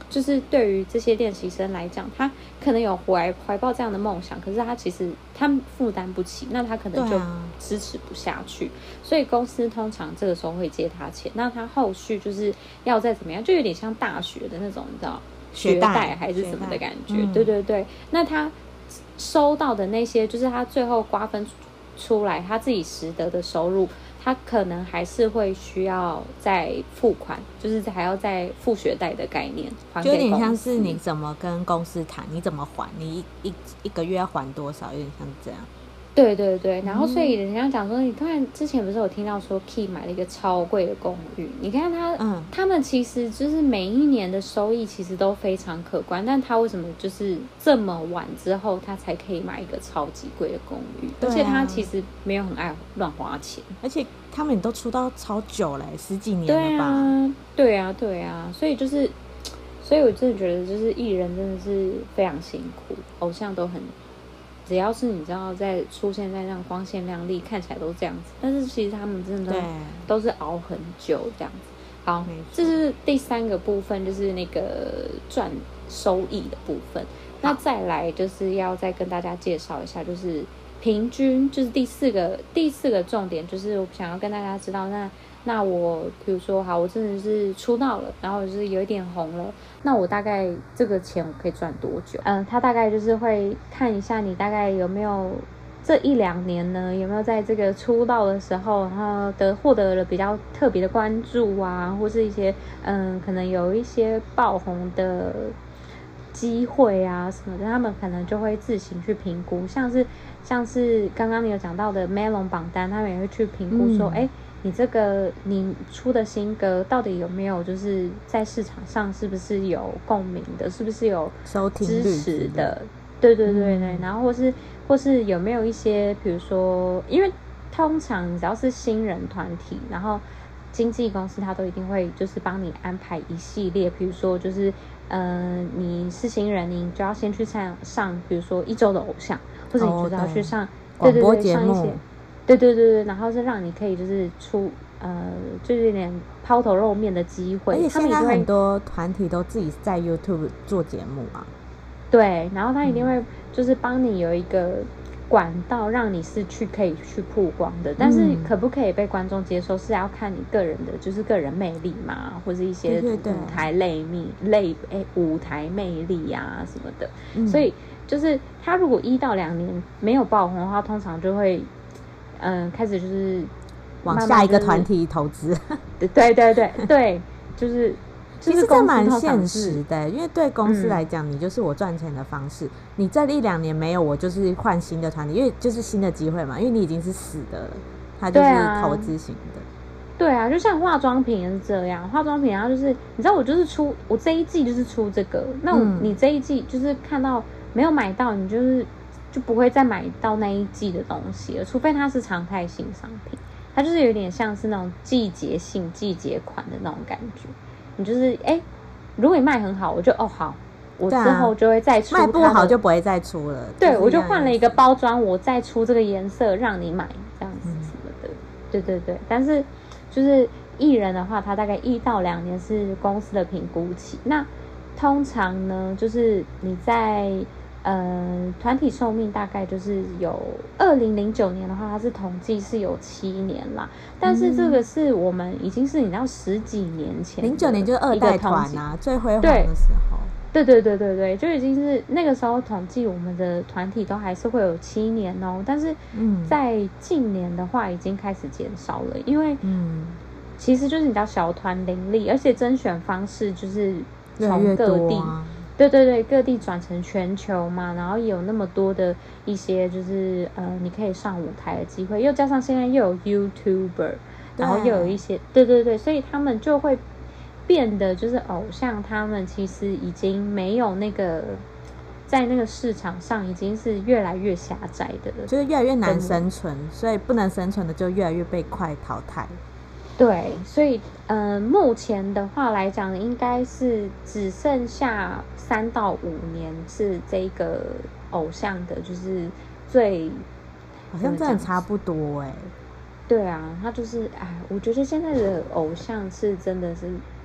就是对于这些练习生来讲，他可能有怀怀抱这样的梦想，可是他其实他负担不起，那他可能就支持不下去，啊、所以公司通常这个时候会借他钱，那他后续就是要再怎么样，就有点像大学的那种，你知道学贷还是什么的感觉，嗯、对对对。那他收到的那些，就是他最后瓜分出来他自己实得的收入。他可能还是会需要再付款，就是还要再付学贷的概念，还给公司。就有点像是你怎么跟公司谈，你怎么还，你一一一个月要还多少，有点像这样。 对对对，然后所以人家讲说，你看之前不是有听到说 Key 买了一个超贵的公寓，你看他，嗯，他们其实就是每一年的收益其实都非常可观，但他为什么就是这么晚之后他才可以买一个超级贵的公寓？而且他其实没有很爱乱花钱， 而且他们也都出道超久了，十几年了吧？ 对啊，对啊，对啊，所以就是，所以我真的觉得就是艺人真的是非常辛苦，偶像都很。只要是你知道在出现在那样光鲜亮丽，看起来都这样子，但是其实他们真的都是熬很久这样子。好，这是第三个部分，就是那个赚收益的部分。那再来就是要再跟大家介绍一下，就是平均，就是第四个第四个重点，就是我想要跟大家知道，那那我比如说好，我真的是出道了，然后就是有一点红了。那我大概这个钱我可以赚多久？嗯，他大概就是会看一下你大概有没有这一两年呢，有没有在这个出道的时候，然后得获得了比较特别的关注啊，或是一些嗯，可能有一些爆红的机会啊什么的，他们可能就会自行去评估，像是像是刚刚你有讲到的 Melon 榜单，他们也会去评估说，哎、嗯。你这个你出的新歌到底有没有就是在市场上是不是有共鸣的，是不是有支持的？对对对对，嗯、然后或是或是有没有一些，比如说，因为通常只要是新人团体，然后经纪公司他都一定会就是帮你安排一系列，比如说就是嗯、呃，你是新人，你就要先去上上，比如说一周的偶像，或者你就要去上、哦、 对对对上一些。 对对对对，然后是让你可以就是出呃，就是有点抛头露面的机会。 而且现在很多团体都自己在 YouTube 做节目啊。 对，然后他一定会就是帮你有一个管道，让你是去可以去曝光的。但是可不可以被观众接受，是要看你个人的，就是个人魅力嘛，或是一些舞台类秘类哎舞台魅力啊什么的。嗯、所以就是他如果一到两年没有爆红的话，通常就会。嗯，开始就是往下一个团体投资。 对对对对对，就是。 其实这蛮现实的，因为对公司来讲、嗯，你就是我赚钱的方式。你这一两年没有，我就是换新的团体，因为就是新的机会嘛。因为你已经是死的了，它就是投资型的。 对啊，就像化妆品也是这样，化妆品然后就是你知道，我就是出我这一季就是出这个，那我、嗯、你这一季就是看到没有买到，你就是就不会再买到那一季的东西了，除非它是常态性商品，它就是有点像是那种季节性、季节款的那种感觉。你就是哎、欸，如果你卖很好，我就哦好，我之后就会再出、 啊。卖不好就不会再出了。 对，我就换了一个包装，我再出这个颜色让你买，这样子什么的。嗯、对对对，但是就是艺人的话，他大概一到两年是公司的评估期。那通常呢，就是你在呃团体寿命大概就是有二零零九年的话，它是统计是有七年啦。但是这个是我们已经是你知道十几年前， 零九年就是二代团啊，最辉煌的时候。 对对对对对，就已经是那个时候统计我们的团体都还是会有七年哦。但是在近年的话，已经开始减少了，因为嗯，其实就是你知道小团林立，而且甄选方式就是从各地。越越啊对对对，各地转成全球嘛，然后也有那么多的一些就是呃，你可以上舞台的机会，又加上现在又有 YouTuber， 然后又有一些对对对，所以他们就会变得就是偶像，他们其实已经没有那个在那个市场上已经是越来越狭窄的了， 就是越来越难生存，所以不能生存的就越来越被快淘汰。 对，所以呃，目前的话来讲，应该是只剩下三到五年是这个偶像的，就是最好像真的差不多哎、欸。 对啊，他就是哎，我觉得现在的偶像是真的是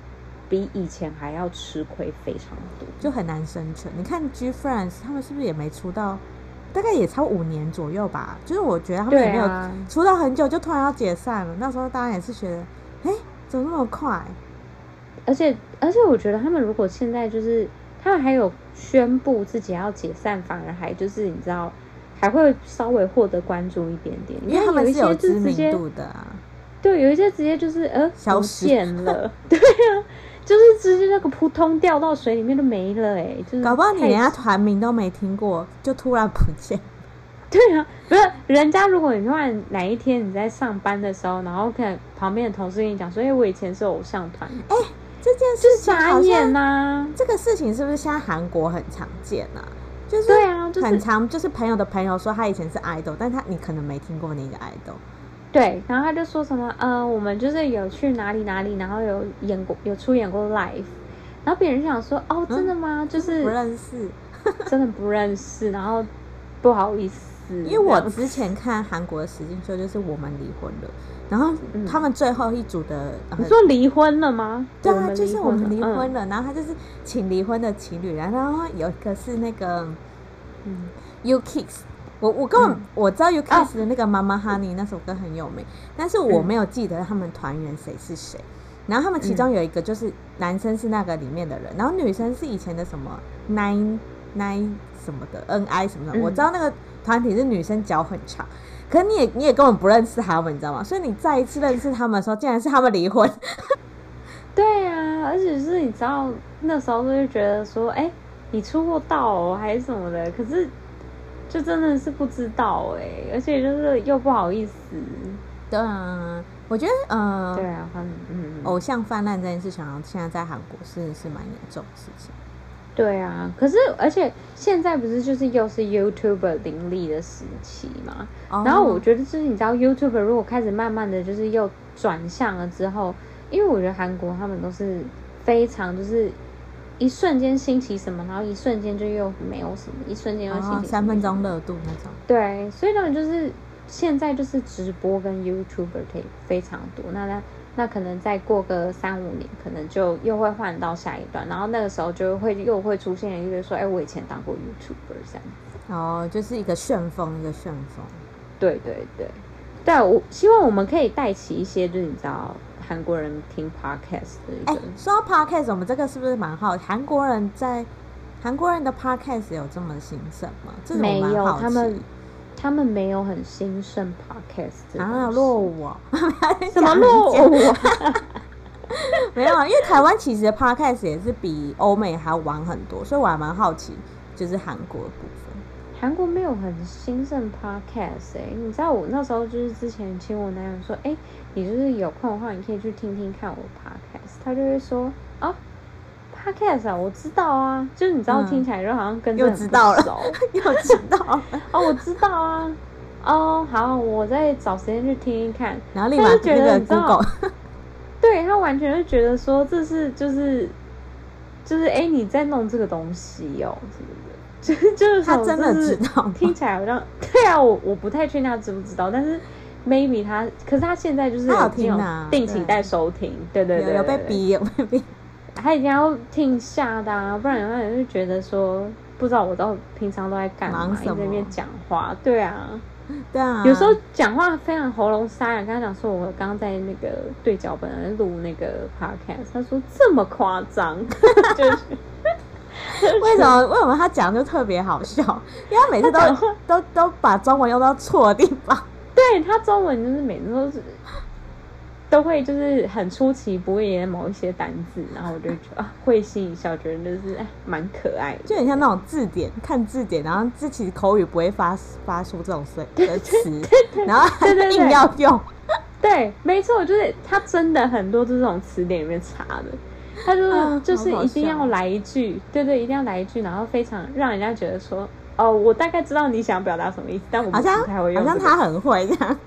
比以前还要吃亏非常多， 就很难生存。你看 G Friends 他们是不是也没出到，大概也超五年左右吧？就是我觉得他们也没有出到很久，就突然要解散了。那时候大家也是觉得，哎、欸，怎么那么快？ 而且而且我觉得他们如果现在就是他们还有宣布自己要解散，反而还就是你知道还会稍微获得关注一点点， 因为他们是有知名度的啊。 对，有一些直接就是呃消失了，对啊，就是直接那个扑通掉到水里面就没了哎、欸，就是搞不好你连他团名都没听过，就突然不见。 对啊，不是人家，如果你突然哪一天你在上班的时候，然后看旁边的同事跟你讲说，哎、欸，我以前是偶像团， 哎、欸，这件事情傻眼呐！ 这个事情是不是现在韩国很常见啊？就是对啊，就是很常，就是朋友的朋友说他以前是 idol， 但他你可能没听过那个 idol。 对，然后他就说什么，呃，我们就是有去哪里哪里，然后有演过，有出演过 live， 然后别人就想说，哦，真的吗？嗯、就是不认识， 真的不认识，然后不好意思， 因为我之前看韩国的实境秀，就是我们离婚了，然后他们最后一组的， 嗯、你说离婚了吗？ 对啊，就是我们离婚了，嗯、然后他就是请离婚的情侣，然后有一个是那个，嗯 ，U Kiss。我我根本、嗯、我知道 U Kiss 的那个 Mama Honey 那首歌很有名，但是我没有记得他们团员谁是谁。然后他们其中有一个就是男生是那个里面的人，然后女生是以前的什么 Nine Nine 什么的 N I 什么的。我知道那个团体是女生脚很长，可是你也你也根本不认识他们，你知道吗？所以你再一次认识他们的时候，竟然是他们离婚。 对啊，而且是你知道那时候就会觉得说，哎、欸，你出过道哦还是什么的，可是。就真的是不知道哎、欸，而且就是又不好意思。 对啊，我觉得呃， 对啊，嗯， 偶像泛滥这件事情，现在在韩国是是蛮严重的事情。 对啊，可是而且现在不是就是又是 YouTuber 林立的时期嘛？哦、然后我觉得就是你知道 YouTuber 如果开始慢慢的就是又转向了之后，因为我觉得韩国他们都是非常就是。一瞬间兴起什么，然后一瞬间就又没有什么，一瞬间又兴起、哦、 三分钟热度那种。 对，所以他们就是现在就是直播跟 YouTuber 可以非常多，那那那可能再过个三五年，可能就又会换到下一段，然后那个时候就会又会出现一个说，哎、欸，我以前当过 YouTuber 这样子。 哦，就是一个旋风，一个旋风。 对对对，对，我希望我们可以带起一些，就是你知道。韩国人听 podcast 的一个，哎、欸， 说到 podcast， 我们这个是不是蛮好？韩国人在韩国人的 podcast 有这么兴盛吗？这没有，他们他们没有很兴盛 podcast 啊，落伍哦， 什么落伍？ 没有，因为台湾其实 podcast 也是比欧美还要晚很多，所以我还蛮好奇，就是韩国的部分。 韩国没有很兴盛 podcast 哎、欸，你知道我那时候就是之前请我男友说，哎、欸，你就是有空的话，你可以去听听看我 podcast， 他就会说啊 ，podcast 啊，我知道啊，就是你知道、嗯、听起来就好像跟又知道了，又知道了哦，我知道啊，哦，好，我再找时间去听听看， 然后立马觉得 Google， 对他完全就觉得说这是就是就是哎、欸、你在弄这个东西哦，是不是？就是就是他真的知道， 听起来好像对啊，我我不太确定他知不知道，但是 maybe 他，可是他现在就是有听啊， 定期在收听，对对 对, 對， 有被逼，有被逼， 他一定要听下的啊，不然有人就觉得说不知道我到平常都在干嘛，一直在那边讲话，对啊， 对啊， 有时候讲话非常喉咙沙哑，跟他讲说我刚刚在那个对脚本录那个 podcast， 他说这么夸张，就是。 为什么？为什么他讲就特别好笑？因为他每次都都都把中文用到错的地方。 对，他中文就是每次都是都会就是很出其不意的某一些单字，然后我就觉得啊，会心一笑，觉得就是哎蛮可爱的， 就很像那种字典，看字典，然后自己口语不会发发出这种的词，然后还硬要用。 对，没错，就是他真的很多这种词典里面查的。他就是、啊、就是一定要来一句，对对，一定要来一句，然后非常让人家觉得说，哦，我大概知道你想表达什么意思，但我不太会用、 這個，好像他很会这样，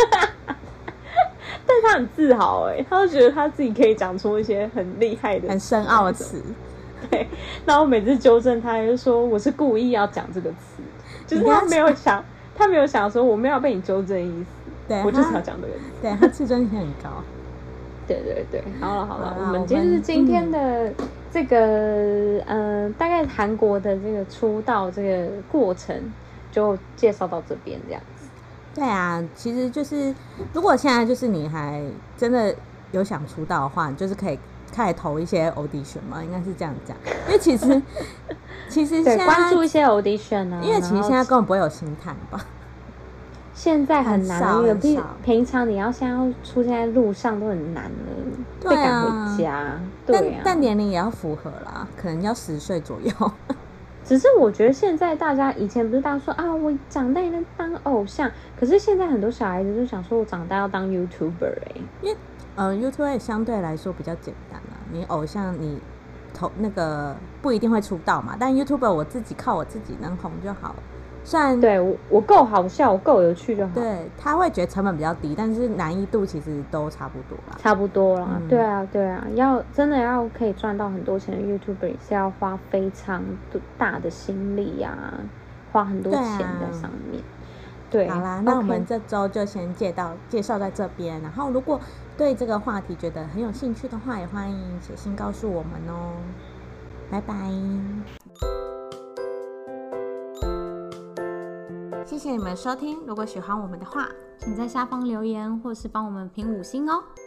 但是他很自豪哎，他就觉得他自己可以讲出一些很厉害的、 很深奥的词， 对，然后每次纠正他，就说我是故意要讲这个词，就是他没有想，他没有想说我没有要被你纠正的意思，对，我就是要讲这个意思， 对他自尊心很高。 对对对，好了好了， 好啦我们我们就是今天的这个、嗯、呃，大概韩国的这个出道这个过程就介绍到这边这样子。 对啊，其实就是如果现在就是你还真的有想出道的话，你就是可以开始投一些 audition 嘛，应该是这样讲。因为其实其实对现在关注一些 audition 啊， 因为其实现在根本不会有星探吧。 现在很难了， 很少因为平很少平常你要现在要出现在路上都很难了， 对啊被赶回家。对啊， 但但年龄也要符合啦，可能要十岁左右。 只是我觉得现在大家以前不是大家说啊，我长大能当偶像，可是现在很多小孩子就想说，我长大要当 YouTuber 哎、欸， 因为呃 YouTuber 相对来说比较简单啦，你偶像你投那个不一定会出道嘛，但 YouTuber 我自己靠我自己能红就好了。虽然对我我够好笑，我够有趣就好。 对他会觉得成本比较低，但是难易度其实都差不多啦。 差不多啦、 嗯、 对啊，对啊，要真的要可以赚到很多钱的 YouTuber 也是要花非常大的心力呀、啊，花很多钱在上面。对,、啊、 对，好啦，那我们这周就先介到介绍在这边。然后，如果对这个话题觉得很有兴趣的话，也欢迎写信告诉我们哦。拜拜。谢谢你们收听，如果喜欢我们的话， 请在下方留言或是帮我们评五星哦。